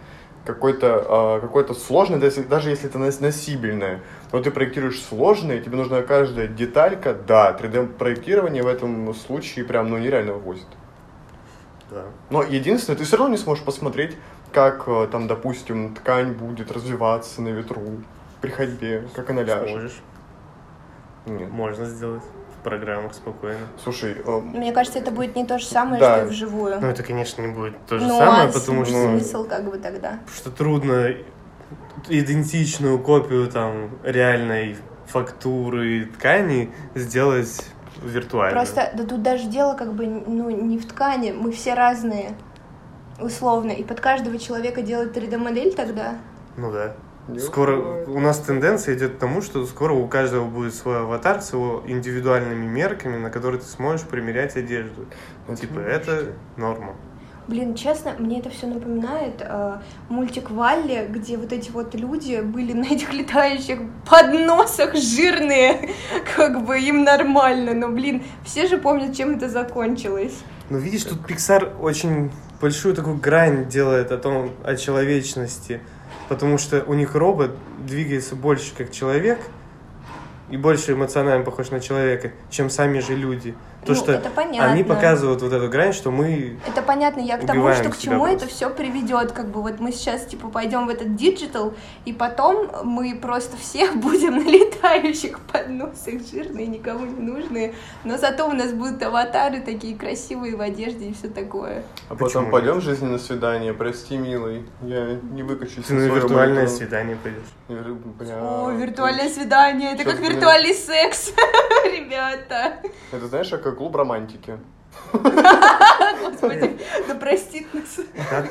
какой-то, а, какой-то сложный, даже, даже если это носибельное, но ты проектируешь сложное, тебе нужна каждая деталька, да, три дэ-проектирование в этом случае прям, ну, нереально вывозит. Да. Но единственное, ты все равно не сможешь посмотреть, как, там, допустим, ткань будет развиваться на ветру при ходьбе, как она ляжет. Сможешь. Нет. Можно сделать в программах спокойно. Слушай, э, Мне кажется, это будет не то же самое, Да. что и вживую. Ну, это, конечно, не будет то же Ну, самое, а потому с- что, смысл как бы тогда? потому что трудно идентичную копию там реальной фактуры ткани сделать виртуально. Просто, да тут даже дело как бы, ну, не в ткани, мы все разные, условно, и под каждого человека делать три дэ-модель тогда? Ну да. не Скоро бывает. у нас тенденция идет к тому, что скоро у каждого будет свой аватар с его индивидуальными мерками, на которые ты сможешь примерять одежду. Это Типа, не это мечты. норма. Блин, честно, мне это все напоминает э, мультик Валли, где вот эти вот люди были на этих летающих подносах жирные, как бы им нормально, но, блин, все же помнят, чем это закончилось. Ну, видишь, тут Pixar очень большую такую грань делает о том, о человечности, потому что у них робот двигается больше как человек и больше эмоционально похож на человека, чем сами же люди. То, Ну, что это понятно. они показывают вот эту грань, что мы... Это понятно, я к тому, Убиваем что к себя чему просто. это все приведет. Как бы вот мы сейчас типа пойдем в этот диджитал, и потом мы просто все будем на летающих подносах, жирные, никому не нужные. Но зато у нас будут аватары такие красивые в одежде и все такое. А Почему потом пойдем нет? в жизни на свидание, прости, милый, я не выкачусь. Ты на виртуальное свидание пойдешь. Бля, О, ты- виртуальное свидание, это Чё как ты меня- виртуальный секс, ребята. Это знаешь, как клуб романтики. Господи, да простит нас. Да.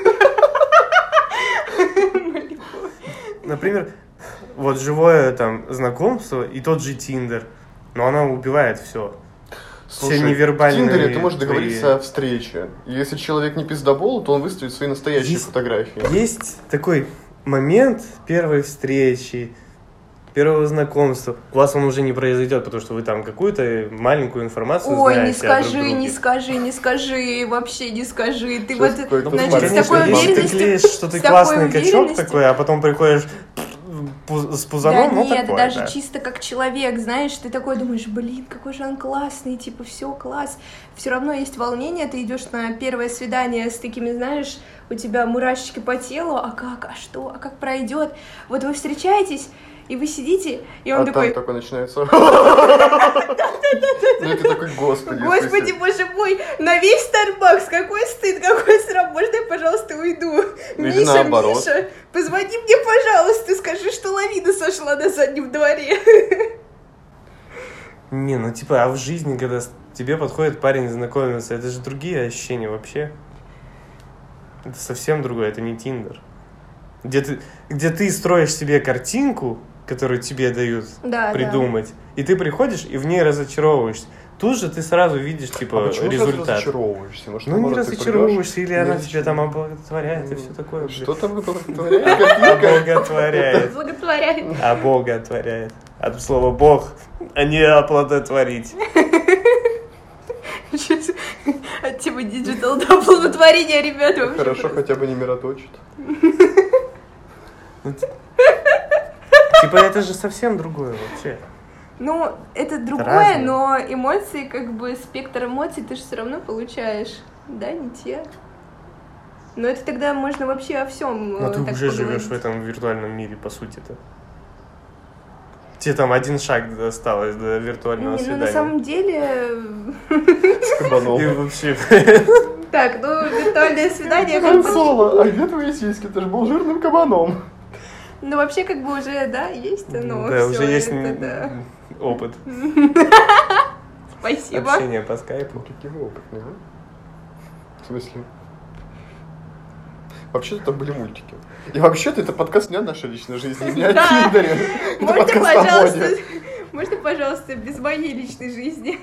Например, вот живое там знакомство и тот же Тиндер, но она убивает все. Слушай, Все невербальные в Тиндере ты можешь твои- договориться о встрече. И если человек не пиздобол, то он выставит свои настоящие Есть- фотографии. Есть такой момент первой встречи, первого знакомства. У вас он уже не произойдет, потому что вы там какую-то маленькую информацию Ой, знаете не о друг скажи, друге. не скажи, не скажи, вообще не скажи. Ты Сейчас вот, какой-то значит, парень. с Конечно, такой если ты уверенностью... клеишь, что ты с такой классный качок уверенностью- такой, а потом приходишь пу- с Да пузаном, ну нет, такое, даже да. чисто как человек, знаешь, ты такой думаешь, блин, какой же он классный, типа, все класс. Все равно есть волнение, ты идешь на первое свидание с такими, знаешь, у тебя мурашечки по телу, а как, а что, а как пройдет. Вот вы встречаетесь, и вы сидите, и он А такой... там такой начинается. Ну и ты такой, господи. Господи, боже мой, на весь Starbucks, какой стыд, какой срам, можно я, пожалуйста, уйду? Или Миша, наоборот. Миша, позвони мне, пожалуйста, скажи, что лавина сошла на заднем дворе. Не, ну типа, а в жизни, когда с- тебе подходит парень знакомиться, это же другие ощущения вообще. Это совсем другое, это не Тиндер. Где ты, где ты строишь себе картинку, которую тебе дают Да, придумать, и ты приходишь и в ней разочаровываешься. Тут же ты сразу видишь, типа, А почему ты результат. разочаровываешься? Может, Ну, не наоборот, ты разочаровываешься, придёшь, или она не тебя там разочаровываешься? облаготворяет и все такое. Что там благотворяет? Копейка? Облаготворяет. Благотворяет. А Бога творяет. От слова Бог, а не оплодотворить. Сейчас от типа диджитал до благотворения, ребята. вообще Хорошо, просто. хотя бы не мироточит. Типа это же совсем другое вообще. Ну, это другое, разное. но эмоции, как бы, спектр эмоций ты же все равно получаешь. Да, не те. Но это тогда можно вообще о всем. Но ты так уже поговорить. живешь в этом виртуальном мире, по сути-то. Тебе там один шаг осталось до виртуального Не, ну, свидания. на самом деле... С кабаном. И вообще... Так, ну, виртуальное свидание... как Хан бы- Соло, а где твои сиськи? Ты же был жирным кабаном. Ну, вообще, как бы уже, да, есть оно. Да, всё уже есть это, м- да. опыт Спасибо. общения по скайпу. Какие вы опытные, а? В смысле? Вообще-то там были мультики. И вообще-то это подкаст не о нашей личной жизни, не о Да. Тиндере. Это Можно, подкаст о пожалуйста, моде. можно, пожалуйста, без моей личной жизни?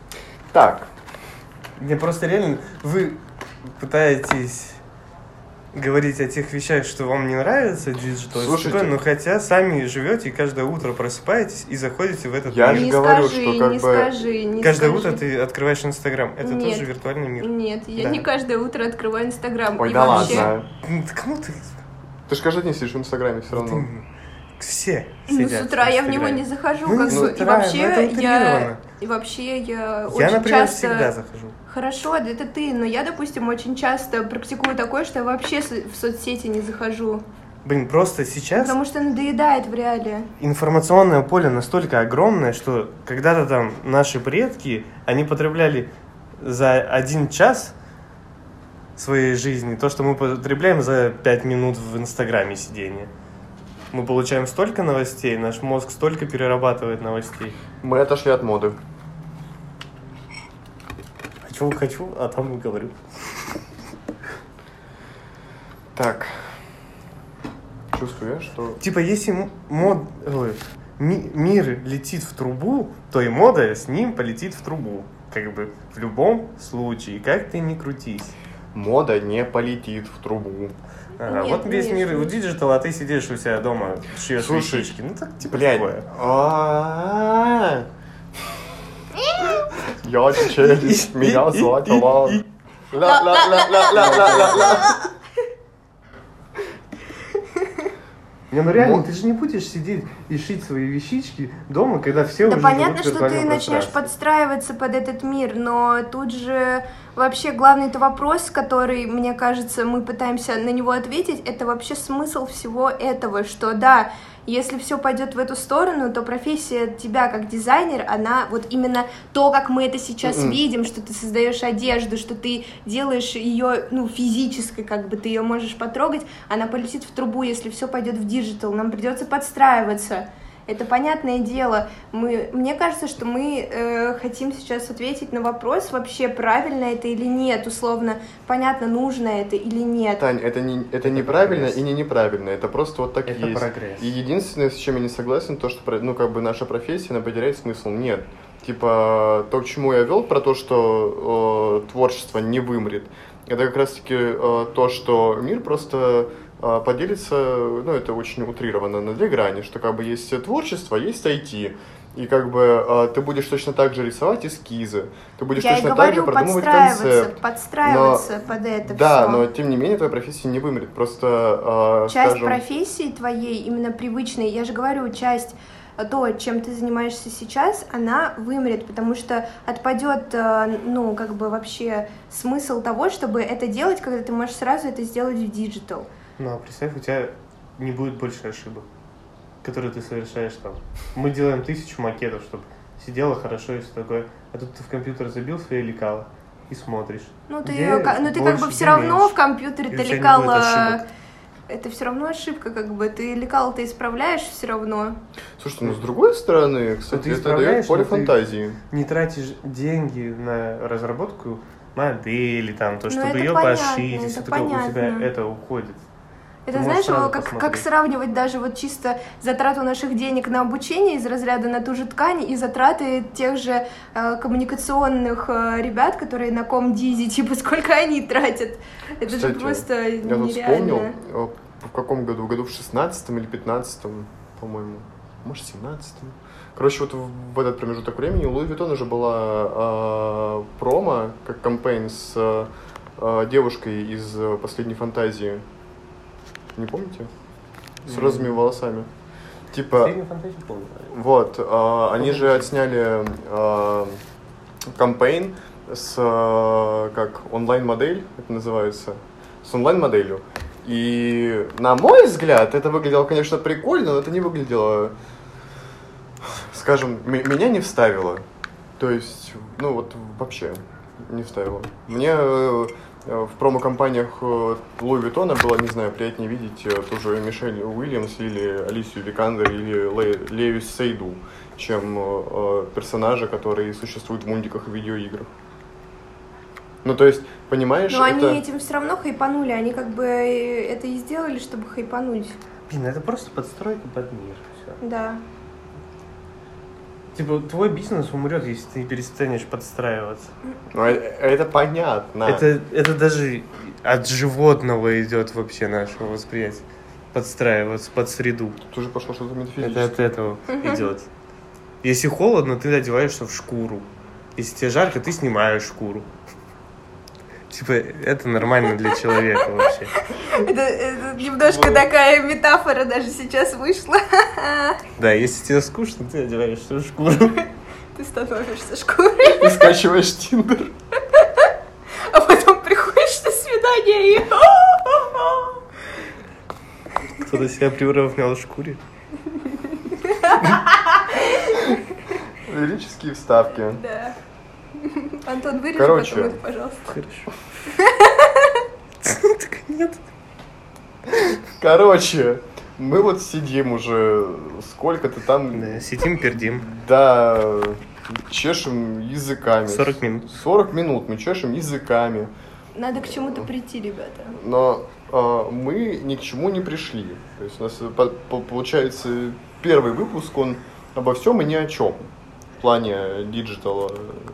Так, Не, просто реально, вы пытаетесь говорить о тех вещах, что вам не нравится диджитал, Слушайте, но хотя сами живете и каждое утро просыпаетесь и заходите в этот Я мир. же Не говорю, скажи, что как не бы- скажи, не Каждое скажи. утро ты открываешь Инстаграм. Это Нет. тоже виртуальный мир. Нет, я Да. не каждое утро открываю Инстаграм. Ой, И да вообще... ладно. Ну, да кому ты? Ты же каждый день сидишь в Инстаграме все равно. Ты- Все Ну, сидят с утра в я в него Инстаграме. не захожу, Ну, как не бы. с утра, И но вообще это я... утрировано. И вообще я, Я, очень например, часто... всегда захожу. Хорошо, да это ты, но я, допустим, очень часто практикую такое, что я вообще с- в соцсети не захожу. Блин, просто сейчас Потому что надоедает в реале. информационное поле настолько огромное, что когда-то там наши предки, они потребляли за один час своей жизни то, что мы потребляем за пять минут в Инстаграме сидения. Мы получаем столько новостей, наш мозг столько перерабатывает новостей. Мы отошли от моды. Хочу, хочу, а там и говорю. Так. Чувствую я, что... Типа, если м- мод... ой, ми- мир летит в трубу, то и мода с ним полетит в трубу. Как бы в любом случае, как ты ни крутись. Мода не полетит в трубу. Ага, Нет, вот весь нет, мир нет. в диджитал, а ты сидишь у себя дома, шьешь Слушай, вещички. Ну так типа Блядь. такое. А-а-а. Я челюсть, меня звать Алан. Ла-ла-ла-ла-ла-ла-ла. Не, ну реально, Мо- ты же не будешь сидеть и шить свои вещички дома, когда все Да уже понятно, живут в что ты виртуальном начнешь пространстве. подстраиваться под этот мир, но тут же вообще главный-то вопрос, который, мне кажется, мы пытаемся на него ответить, это вообще смысл всего этого, что да, если все пойдет в эту сторону, то профессия тебя как дизайнер, она вот именно то, как мы это сейчас Мгм. видим, что ты создаешь одежду, что ты делаешь ее, ну, физической, как бы ты ее можешь потрогать, она полетит в трубу, если все пойдет в диджитал, нам придется подстраиваться. Это понятное дело. Мы, мне кажется, что мы э, хотим сейчас ответить на вопрос, вообще правильно это или нет, условно, понятно, нужно это или нет. Тань, это, не, это, Это неправильно прогресс. и не неправильно, это просто вот так и Это есть. прогресс. И единственное, с чем я не согласен, то, что, про- ну, как бы наша профессия, она потеряет смысл. Нет. Типа, то, к чему я вел, про то, что э, творчество не вымрет, это как раз-таки э, то, что мир просто э, поделится, ну, это очень утрированно, на две грани, что как бы есть творчество, есть ай ти. И как бы э, ты будешь точно так же рисовать эскизы, ты будешь Я и точно так же говорю, продумывать подстраиваться, концепт. подстраиваться под это Да, все. но тем не менее твоя профессия не вымрет. Просто, э, Часть скажем, профессии твоей, именно привычной, я же говорю, часть э, то, чем ты занимаешься сейчас, она вымрет, потому что отпадет, э, ну, как бы вообще смысл того, чтобы это делать, когда ты можешь сразу это сделать в диджитал. Ну, а представь, у тебя не будет больше ошибок, которые ты совершаешь там. Мы делаем тысячу макетов, чтобы сидело хорошо и все такое. А тут ты в компьютер забил свои лекала и смотришь. Ну, ты, Где ка- ну, ты как больше, бы все где равно меньше. в компьютере И у ты тебя не лекала... будет ошибок. Это все равно ошибка, как бы. Ты лекала-то исправляешь все равно. слушайте, ну с другой стороны, кстати, ты это исправляешь, дает поле но ты- фантазии. Не тратишь деньги на разработку модели, там, то, Ну, чтобы это ее понятно, пошить, и это все такое, у тебя понятно. это уходит. Это Ты знаешь, можешь сразу как, как посмотреть. сравнивать даже вот чисто затрату наших денег на обучение из разряда на ту же ткань и затраты тех же э, коммуникационных э, ребят, которые на Комдизе, типа сколько они тратят. Это Кстати, же просто Я тут нереально. вспомнил, э, в каком году? В году в шестнадцатом или пятнадцатом, по-моему. Может, семнадцатом. Короче, вот в, в этот промежуток времени у Луи Vuitton уже была э, промо, как кампейн с э, девушкой из э, «Последней фантазии». Не помните? С М. розовыми волосами. Типа, Последнюю фантазию помню. вот, э, они же отсняли э, кампейн с, э, как, онлайн-модель, это называется, с онлайн-моделью. И, на мой взгляд, это выглядело, конечно, прикольно, но это не выглядело, скажем, м- меня не вставило. То есть, ну вот вообще не вставило. Мне э, э, в промо-компаниях э, Луи Vuitton было, не знаю, приятнее видеть э, ту же Мишель Уильямс или Алисию Викандер или Ле- Лею Сейду, чем э, э, персонажи, которые существуют в мультиках и видеоиграх. Ну, то есть, понимаешь, Но это... они этим все равно хайпанули, они как бы это и сделали, чтобы хайпануть. Блин, это просто подстройка под мир. Все. Да. Типа, твой бизнес умрет, если ты перестанешь подстраиваться. Ну, э- это понятно. Это, это даже от животного идет вообще нашего восприятия. Подстраиваться под среду. Тут уже пошло что-то Это метафизическое. от этого идет. Если холодно, ты одеваешься в шкуру. Если тебе жарко, ты снимаешь шкуру. Типа, это нормально для человека вообще. Это, это немножко такая метафора даже сейчас вышла. Да, если тебе скучно, ты одеваешься в шкуру. Ты становишься шкурой, И скачиваешь Тиндер. а потом приходишь на свидание и... Кто-то себя приуравнял в шкуре. Лирические вставки. Да. Антон, вырежи Короче. потом это, пожалуйста. Хорошо. Так нет. Короче, мы вот сидим уже сколько-то там, Да, сидим, пердим. да, чешем языками. сорок минут. сорок минут мы чешем языками. Надо к чему-то прийти, ребята. Но э, мы ни к чему не пришли. То есть у нас по- по- получается первый выпуск, он обо всем и ни о чем. В плане диджитала.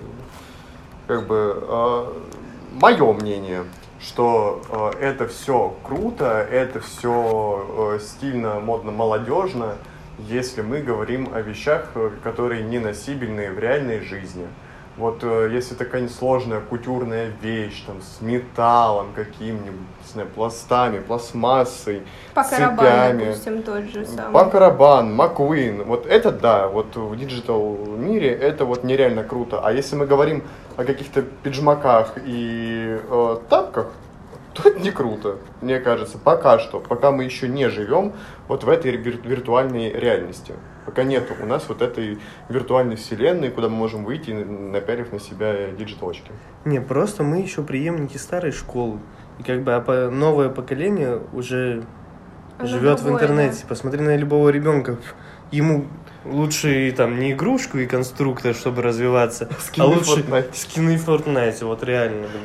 Как бы мое мнение, что э, это все круто, это все э, стильно, модно, молодежно, если мы говорим о вещах, э, которые не носибельные в реальной жизни. Вот э, если такая сложная кутюрная вещь, там, с металлом каким-нибудь, не знаю, пластами, пластмассой, Покарабан, цепями. допустим, тот же самый. Покарабан, Маккуин, вот это да, вот в диджитал мире это вот нереально круто. А если мы говорим о каких-то пиджаках и э, тапках, то это не круто, мне кажется, пока что, пока мы еще не живем вот в этой вир- виртуальной реальности. Пока нету у нас вот этой виртуальной вселенной, куда мы можем выйти, напялив на себя диджиталочки. Не, просто мы еще преемники старой школы. И как бы а по- новое поколение уже Оно живет в другое, интернете. Посмотри на любого ребенка. Ему лучше там не игрушку и конструктор, чтобы развиваться, Скины а лучше Fortnite. скины в Fortnite. Вот реально, блин.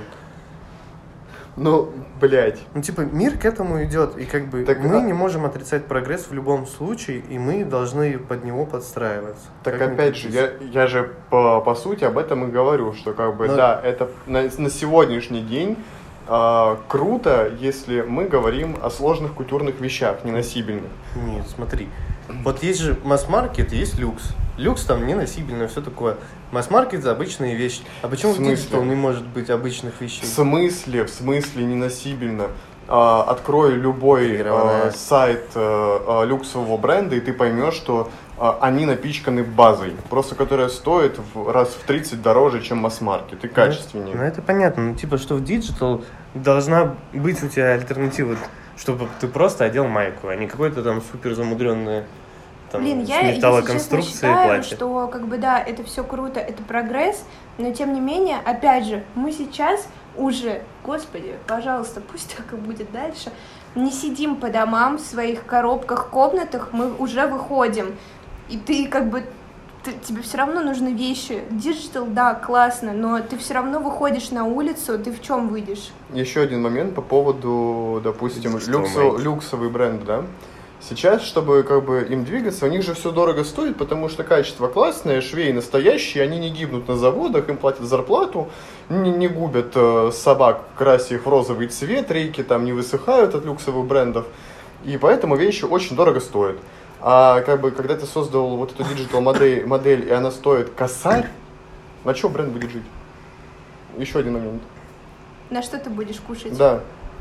Ну, блядь. Ну, типа, мир к этому идет, и как бы Так, мы а- не можем отрицать прогресс в любом случае, и мы должны под него подстраиваться. Так Как ни опять же, крути. я, я же по, по сути об этом и говорю, что как бы Но- да, это на, на сегодняшний день а, круто, если мы говорим о сложных культурных вещах, неносибельных. Нет, смотри. Вот есть же масс-маркет, есть люкс. Люкс там неносибельно, все такое. Масс-маркет за обычные вещи. А почему В в смысле? диджитал не может быть обычных вещей? В смысле, в смысле неносибельно? А, открой любой Интегрированная. а, сайт а, а, люксового бренда, и ты поймешь, что а, они напичканы базой, просто которая стоит в, раз в тридцать дороже, чем масс-маркет, и качественнее. Ну, это понятно. Ну, типа, что в диджитал должна быть у тебя альтернатива, чтобы ты просто одел майку, а не какой-то там супер замудренное там, Блин, с я, если честно, металлоконструкцией считаю, платье. что, как бы, да, это все круто, это прогресс, но, тем не менее, опять же, мы сейчас уже, господи, пожалуйста, пусть так и будет дальше, не сидим по домам в своих коробках, комнатах, мы уже выходим, и ты, как бы, ты, тебе все равно нужны вещи. Диджитал, да, классно, но ты все равно выходишь на улицу, ты в чем выйдешь? Еще один момент по поводу, допустим, Что, люксо- майки? люксовый бренд, да? Сейчас, чтобы как бы им двигаться, у них же все дорого стоит, потому что качество классное, швеи настоящие, они не гибнут на заводах, им платят зарплату, не, не губят э, собак, крася их в розовый цвет, рейки там не высыхают от люксовых брендов, и поэтому вещи очень дорого стоят. А как бы, когда ты создал вот эту диджитал модель, модель, и она стоит косарь, на чем бренд будет жить? Еще один момент. На что ты будешь кушать? Да.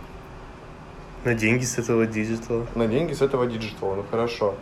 На деньги с этого диджитала. На деньги с этого диджитала, ну хорошо.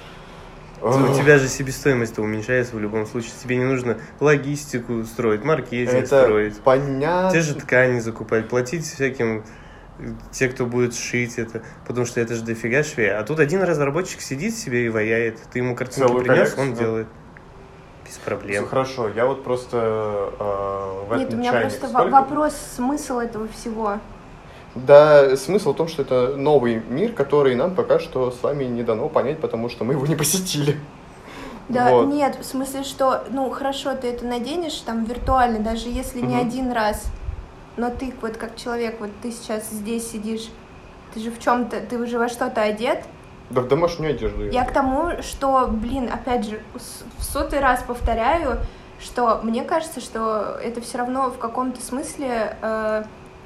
У тебя же себестоимость-то уменьшается в любом случае. Тебе не нужно логистику строить, маркетинг Это строить. понятно. Те же ткани закупать, платить всяким, те, кто будет шить это, потому что это же дофига швея. А тут один разработчик сидит себе и ваяет. Ты ему картинку Целую принес, коллекцию, он да. делает. Без Всё проблем. хорошо, я вот просто э, в Нет, этом у меня чайнике. просто Сколько- во- вопрос, смысл этого всего. Да, смысл в том, что это новый мир, который нам пока что с вами не дано понять, потому что мы его не посетили. Да, Вот. нет, в смысле, что, ну, хорошо, ты это наденешь там виртуально, даже если не Мгм. один раз, но ты вот как человек, вот ты сейчас здесь сидишь, ты же в чем-то, ты уже во что-то одет, Да в домашнюю одежду. Я к тому, что, блин, опять же, в сотый раз повторяю, что мне кажется, что это все равно в каком-то смысле э,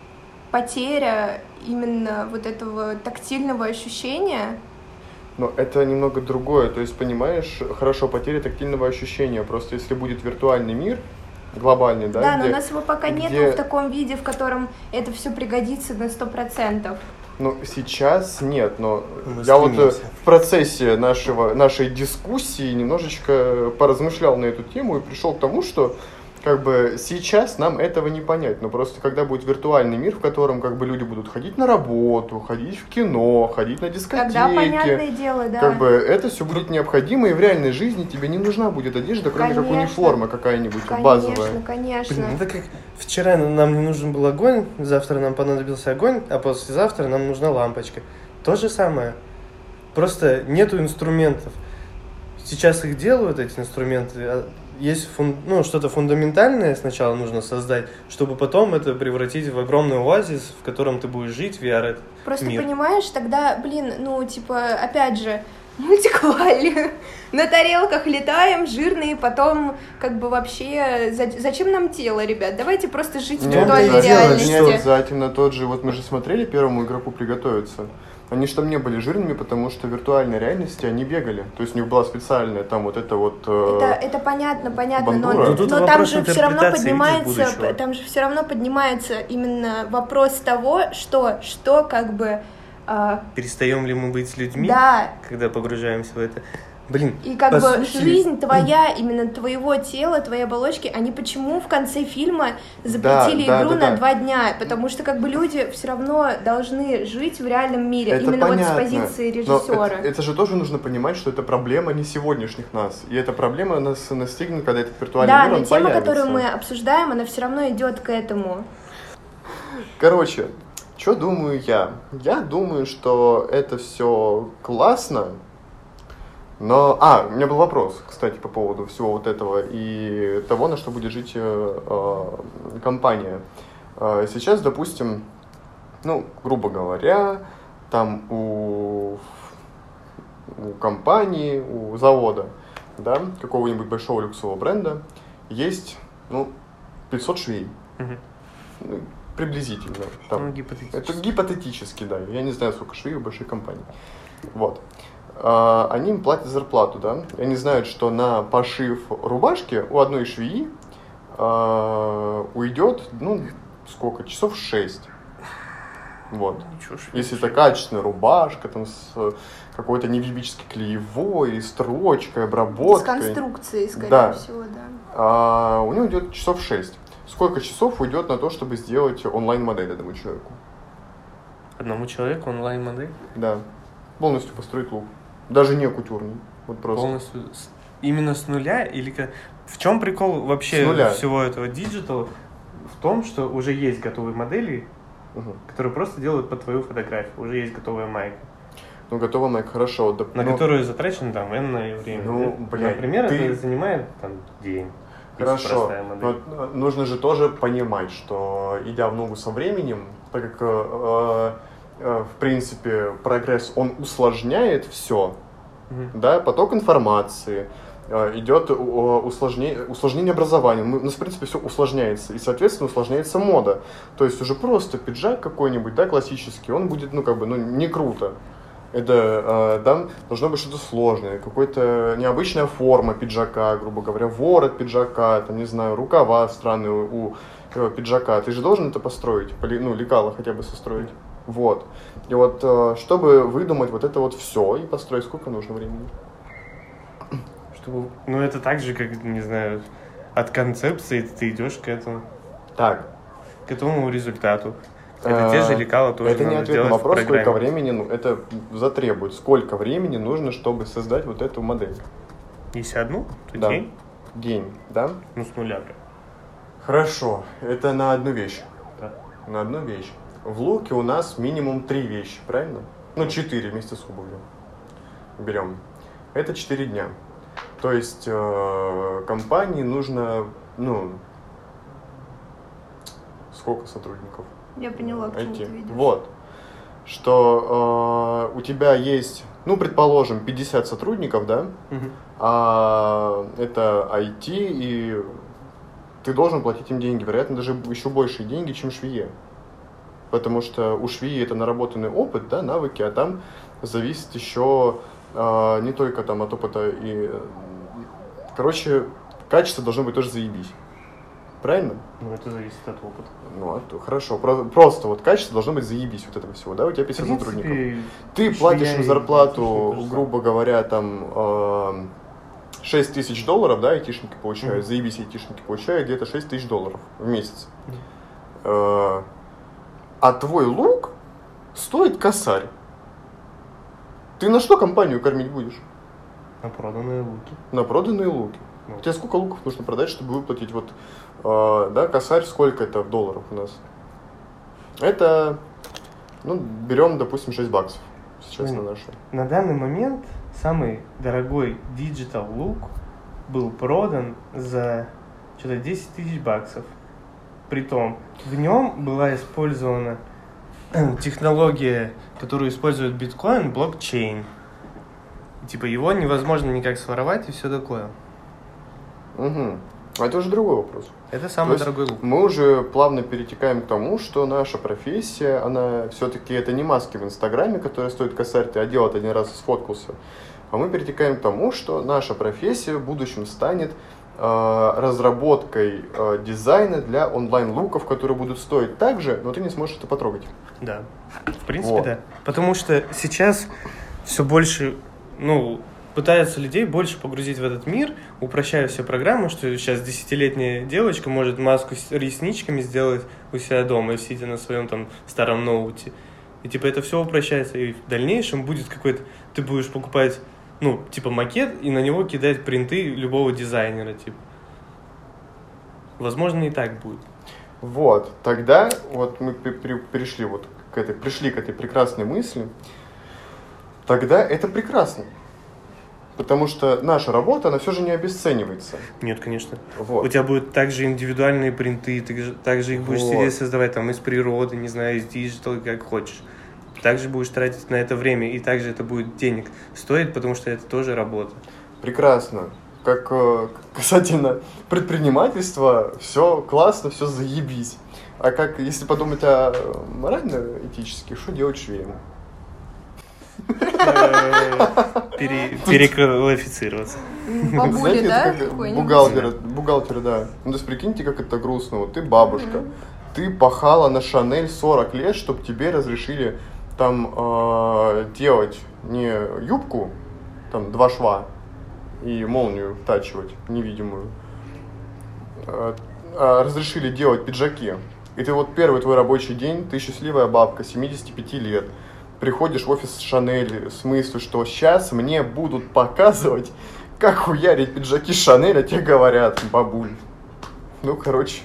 потеря именно вот этого тактильного ощущения. Но это немного другое, то есть, понимаешь, хорошо, потеря тактильного ощущения, просто если будет виртуальный мир, глобальный, да? Да, где, но у нас его пока где... нет в таком виде, в котором это все пригодится на сто процентов. Ну, сейчас нет, но Мы я вот стремимся. в процессе нашего, нашей дискуссии немножечко поразмышлял на эту тему и пришел к тому, что как бы сейчас нам этого не понять, но просто когда будет виртуальный мир, в котором как бы люди будут ходить на работу, ходить в кино, ходить на дискотеки, Тогда понятное дело, да. как бы это все будет необходимо, и в реальной жизни тебе не нужна будет одежда, кроме как Конечно. униформа какая-нибудь Конечно, базовая. конечно. Блин, это как вчера нам не нужен был огонь, завтра нам понадобился огонь, а послезавтра нам нужна лампочка. То же самое. Просто нету инструментов. Сейчас их делают, эти инструменты. а Есть фун... ну, что-то фундаментальное сначала нужно создать, чтобы потом это превратить в огромный оазис, в котором ты будешь жить, ви ар этот Просто мир. понимаешь, тогда, блин, ну, типа, опять же, мультик Валли. На тарелках летаем, жирные, потом, как бы, вообще, за- зачем нам тело, ребят? Давайте просто жить в Не виртуальной обязательно, реальности. не обязательно тот же, вот мы же смотрели первому игроку приготовиться. Они же там не были жирными, потому что в виртуальной реальности они бегали. То есть у них была специальная там вот это вот... э, Это, это понятно, понятно, но, бандура. Ну, тут но там вопрос же все равно интерпретации поднимается, вида будущего. там же все равно поднимается именно вопрос того, что, что как бы, а, Перестаем ли мы быть людьми, да, когда погружаемся в это? Блин, и как по бы сути- жизнь твоя, именно твоего тела, твоей оболочки, они почему в конце фильма запретили Да, да, игру да, на да. два дня? Потому что как бы люди все равно должны жить в реальном мире, Это именно понятно, вот с позиции но режиссера. это, это же тоже нужно понимать, что это проблема не сегодняшних нас. И эта проблема нас настигнет, когда этот виртуальный Да, мир, но он тема, появится. которую мы обсуждаем, она все равно идет к этому. Короче, что думаю я? Я думаю, что это все классно, но... А, у меня был вопрос, кстати, по поводу всего вот этого и того, на что будет жить э, э, компания. Э, сейчас, допустим, ну, грубо говоря, там у, у компании, у завода, да, какого-нибудь большого люксового бренда есть, ну, пятьсот швей. Мгм. Ну, приблизительно. Там. Ну, гипотетически. Это гипотетически, да. Я не знаю, сколько швей у больших компаний. Вот. А, они им платят зарплату, да. И они знают, что на пошив рубашки у одной швеи а, уйдет, ну, сколько? Часов шесть. Вот. Ничего ж, Если это качественная рубашка, там, с какой-то невибической клеевой, строчкой, С обработкой. конструкцией, скорее Да. всего, да. А, у него уйдет часов шесть. Сколько часов уйдет на то, чтобы сделать онлайн-модель этому человеку? Одному человеку онлайн-модель Да. Полностью построить лук. Даже не кутюрный. Вот просто. полностью с- именно с нуля или как? В чем прикол С вообще нуля. всего этого диджитала? В том, что уже есть готовые модели, Мгм. которые просто делают под твою фотографию. Уже есть готовая майка, Ну, готово, Майк, хорошо. Вот, доп- на ну, которую затрачено там энное время. Ну, блядь, Например, ты- это занимает там день. если Хорошо, простая модель. но э, нужно же тоже понимать, что идя в ногу со временем, так как, э, э, в принципе, прогресс, он усложняет все, Мгм. да, поток информации, э, идет э, усложнение, усложнение образования, Мы- у нас, в принципе, все усложняется, и, соответственно, усложняется мода. То есть уже просто пиджак какой-нибудь, да, классический, он будет, ну, как бы, ну, не круто. Это, э, да, должно быть что-то сложное, какая-то необычная форма пиджака, грубо говоря, ворот пиджака, там, не знаю, рукава странные у, у, э, пиджака. Ты же должен это построить, поли- ну, лекало хотя бы состроить. Вот. И вот, э, чтобы выдумать вот это вот все и построить, сколько нужно времени? Чтобы... Ну, это так же, как, не знаю, от концепции ты идешь к этому, Так, к этому результату. Это те же э, лекала тоже это не надо ответ на сделать в вопрос, сколько программе. времени, ну, это затребует, сколько времени нужно, чтобы создать вот эту модель. Если одну, то Да. день, День, да? ну, с нуля прям. Хорошо, это на одну вещь. Да. На одну вещь. В луке у нас минимум три вещи, правильно? Ну, четыре вместе с обувью. Берем. Это четыре дня. То есть э, компании нужно, ну, сколько сотрудников? Я поняла, к чему Найти. ты ведешь. Вот. что э, у тебя есть, ну, предположим, пятьдесят сотрудников, да, Мгм. а это ай ти, и ты должен платить им деньги, вероятно, даже еще большие деньги, чем швее. Потому что у швеи это наработанный опыт, да, навыки, а там зависит еще э, не только там от опыта и... Короче, качество должно быть тоже заебись. Правильно? Ну, это зависит от опыта. Ну, а, хорошо. Про- просто вот качество должно быть заебись вот этого всего, да? У тебя В пятьдесят принципе, сотрудников. Ты швея платишь им и зарплату, айтишник то же грубо говоря, там э, шесть тысяч долларов, да, айтишники получают, Мгм. заебись айтишники получают где-то шесть тысяч долларов в месяц. Мгм. Э, а твой лук стоит косарь. Ты на что компанию кормить будешь? На проданные луки. На проданные луки. Ну. Тебе сколько луков нужно продать, чтобы выплатить вот, э, да, косарь, сколько это в долларах у нас? Это, ну, берем, допустим, шесть баксов сейчас Блин. на наши. На данный момент самый дорогой диджитал лук был продан за что-то десять тысяч баксов. Притом в нем была использована технология, которую использует биткоин, блокчейн. Типа его невозможно никак своровать и все такое. Угу. А это уже другой вопрос. Это То самый есть дорогой лук. Мы уже плавно перетекаем к тому, что наша профессия, она все-таки это не маски в Инстаграме, которые стоят косарь, ты одел это один раз и сфоткался. А мы перетекаем к тому, что наша профессия в будущем станет э, разработкой э, дизайна для онлайн-луков, которые будут стоить так же, но ты не сможешь это потрогать. Да. В принципе, Вот. да. Потому что сейчас все больше, ну, пытаются людей больше погрузить в этот мир, упрощая все программы, что сейчас десятилетняя девочка может маску с ресничками сделать у себя дома, сидя на своем там старом ноуте. И типа это все упрощается. И в дальнейшем будет какой-то... Ты будешь покупать, ну, типа макет, и на него кидать принты любого дизайнера, типа. Возможно, и так будет. Вот, тогда вот мы при- при- перешли вот к этой, пришли к этой прекрасной мысли. Тогда это прекрасно. Потому что наша работа, она все же не обесценивается. Нет, конечно. Вот. У тебя будут также индивидуальные принты, ты же- также их будешь Вот. сидеть создавать там из природы, не знаю, из диджитала, как хочешь. Также будешь тратить на это время, и также это будет денег стоить, потому что это тоже работа. Прекрасно. Как э, касательно предпринимательства, все классно, все заебись. А как, если подумать о морально-этически, что делать швеям? Пере- Переквалифицироваться. Бабули, Знаете, да, это как какой-нибудь? бухгалтер, бухгалтер, да. Ну, то есть, прикиньте, как это грустно. Вот ты бабушка, ты пахала на Шанель сорок лет, чтобы тебе разрешили там э, делать не юбку, там два шва и молнию втачивать невидимую, а, а разрешили делать пиджаки. И ты вот первый твой рабочий день, ты счастливая бабка, семидесяти пяти лет, приходишь в офис Шанель с мыслью, что сейчас мне будут показывать, как хуярить пиджаки Шанель, а тебе говорят, бабуль. Ну, короче,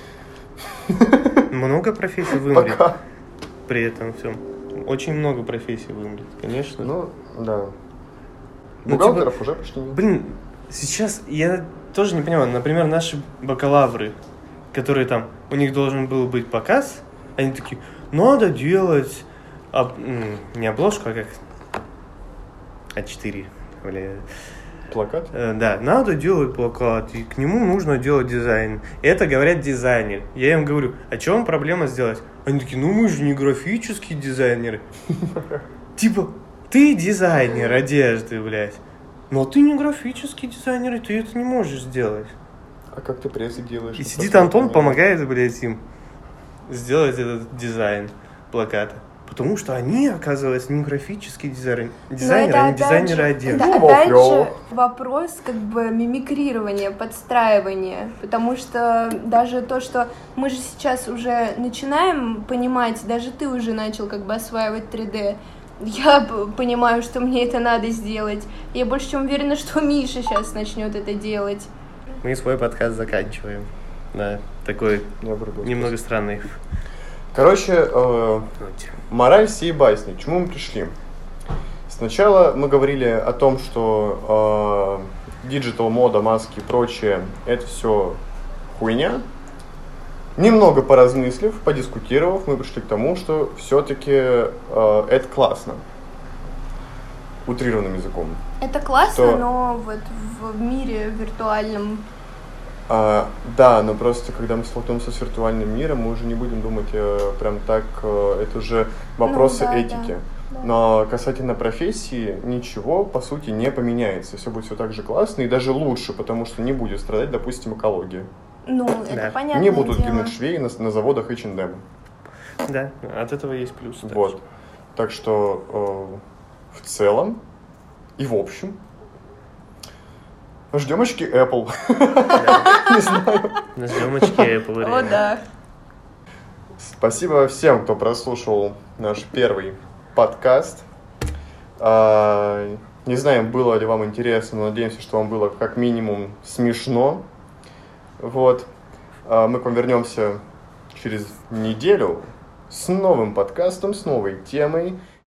Много профессий вымрет пока. при этом всем. Очень много профессий вымрет, конечно. Ну, да. Ну, Бухгалтеров уже почти нет. Блин, сейчас я тоже не понимаю, например, наши бакалавры, которые там, у них должен был быть показ, они такие, надо делать об- м, не обложку, а как а четыре, бля. Плакат? Э, Да, надо делать плакат, и к нему нужно делать дизайн. Это говорят дизайнеры. Я им говорю, а что вам проблема сделать? Они такие, ну мы же не графические дизайнеры. Типа, ты дизайнер одежды, блядь. Но ты не графический дизайнер, и ты это не можешь сделать. А как ты прессы делаешь? И Ну, сидит посмотрим. Антон, помогает, блядь, им сделать этот дизайн плаката. Потому что они, оказывается, не графические дизайнеры, дизайнеры, это они опять дизайнеры же- одежды. Это Ну, опять клёво. же вопрос как бы мимикрирования, подстраивания, потому что даже то, что мы же сейчас уже начинаем понимать, даже ты уже начал как бы осваивать три дэ, я п- понимаю, что мне это надо сделать. Я больше чем уверена, что Миша сейчас начнет это делать. Мы свой подкаст заканчиваем. Да, такой Я вырубился. немного странный. Короче, э, мораль всей басни. К чему мы пришли? Сначала мы говорили о том, что диджитал, мода, маски и прочее, это все хуйня. Немного поразмыслив, подискутировав, мы пришли к тому, что все-таки э, это классно. Утрированным языком. Это классно, что... но вот в мире виртуальном... А, да, но просто когда мы столкнемся с виртуальным миром, мы уже не будем думать э, прям так, э, это уже вопросы ну, да, этики. Да, да. Но касательно профессии, ничего, по сути, не поменяется. Все будет все так же классно и даже лучше, потому что не будет страдать, допустим, экология. Ну, Да. это понятно. Не будут дело. гибнуть швеи на, на заводах эйч энд эм. Да, от этого есть плюс. Вот. Так что э, в целом и в общем ждем очки Apple. Не знаю. Ждем очки Apple. О, да. Спасибо всем, кто прослушал наш первый подкаст. А, не знаем, было ли вам интересно, но надеемся, что вам было как минимум смешно. Вот. А, мы к вам вернемся через неделю с новым подкастом, с новой темой.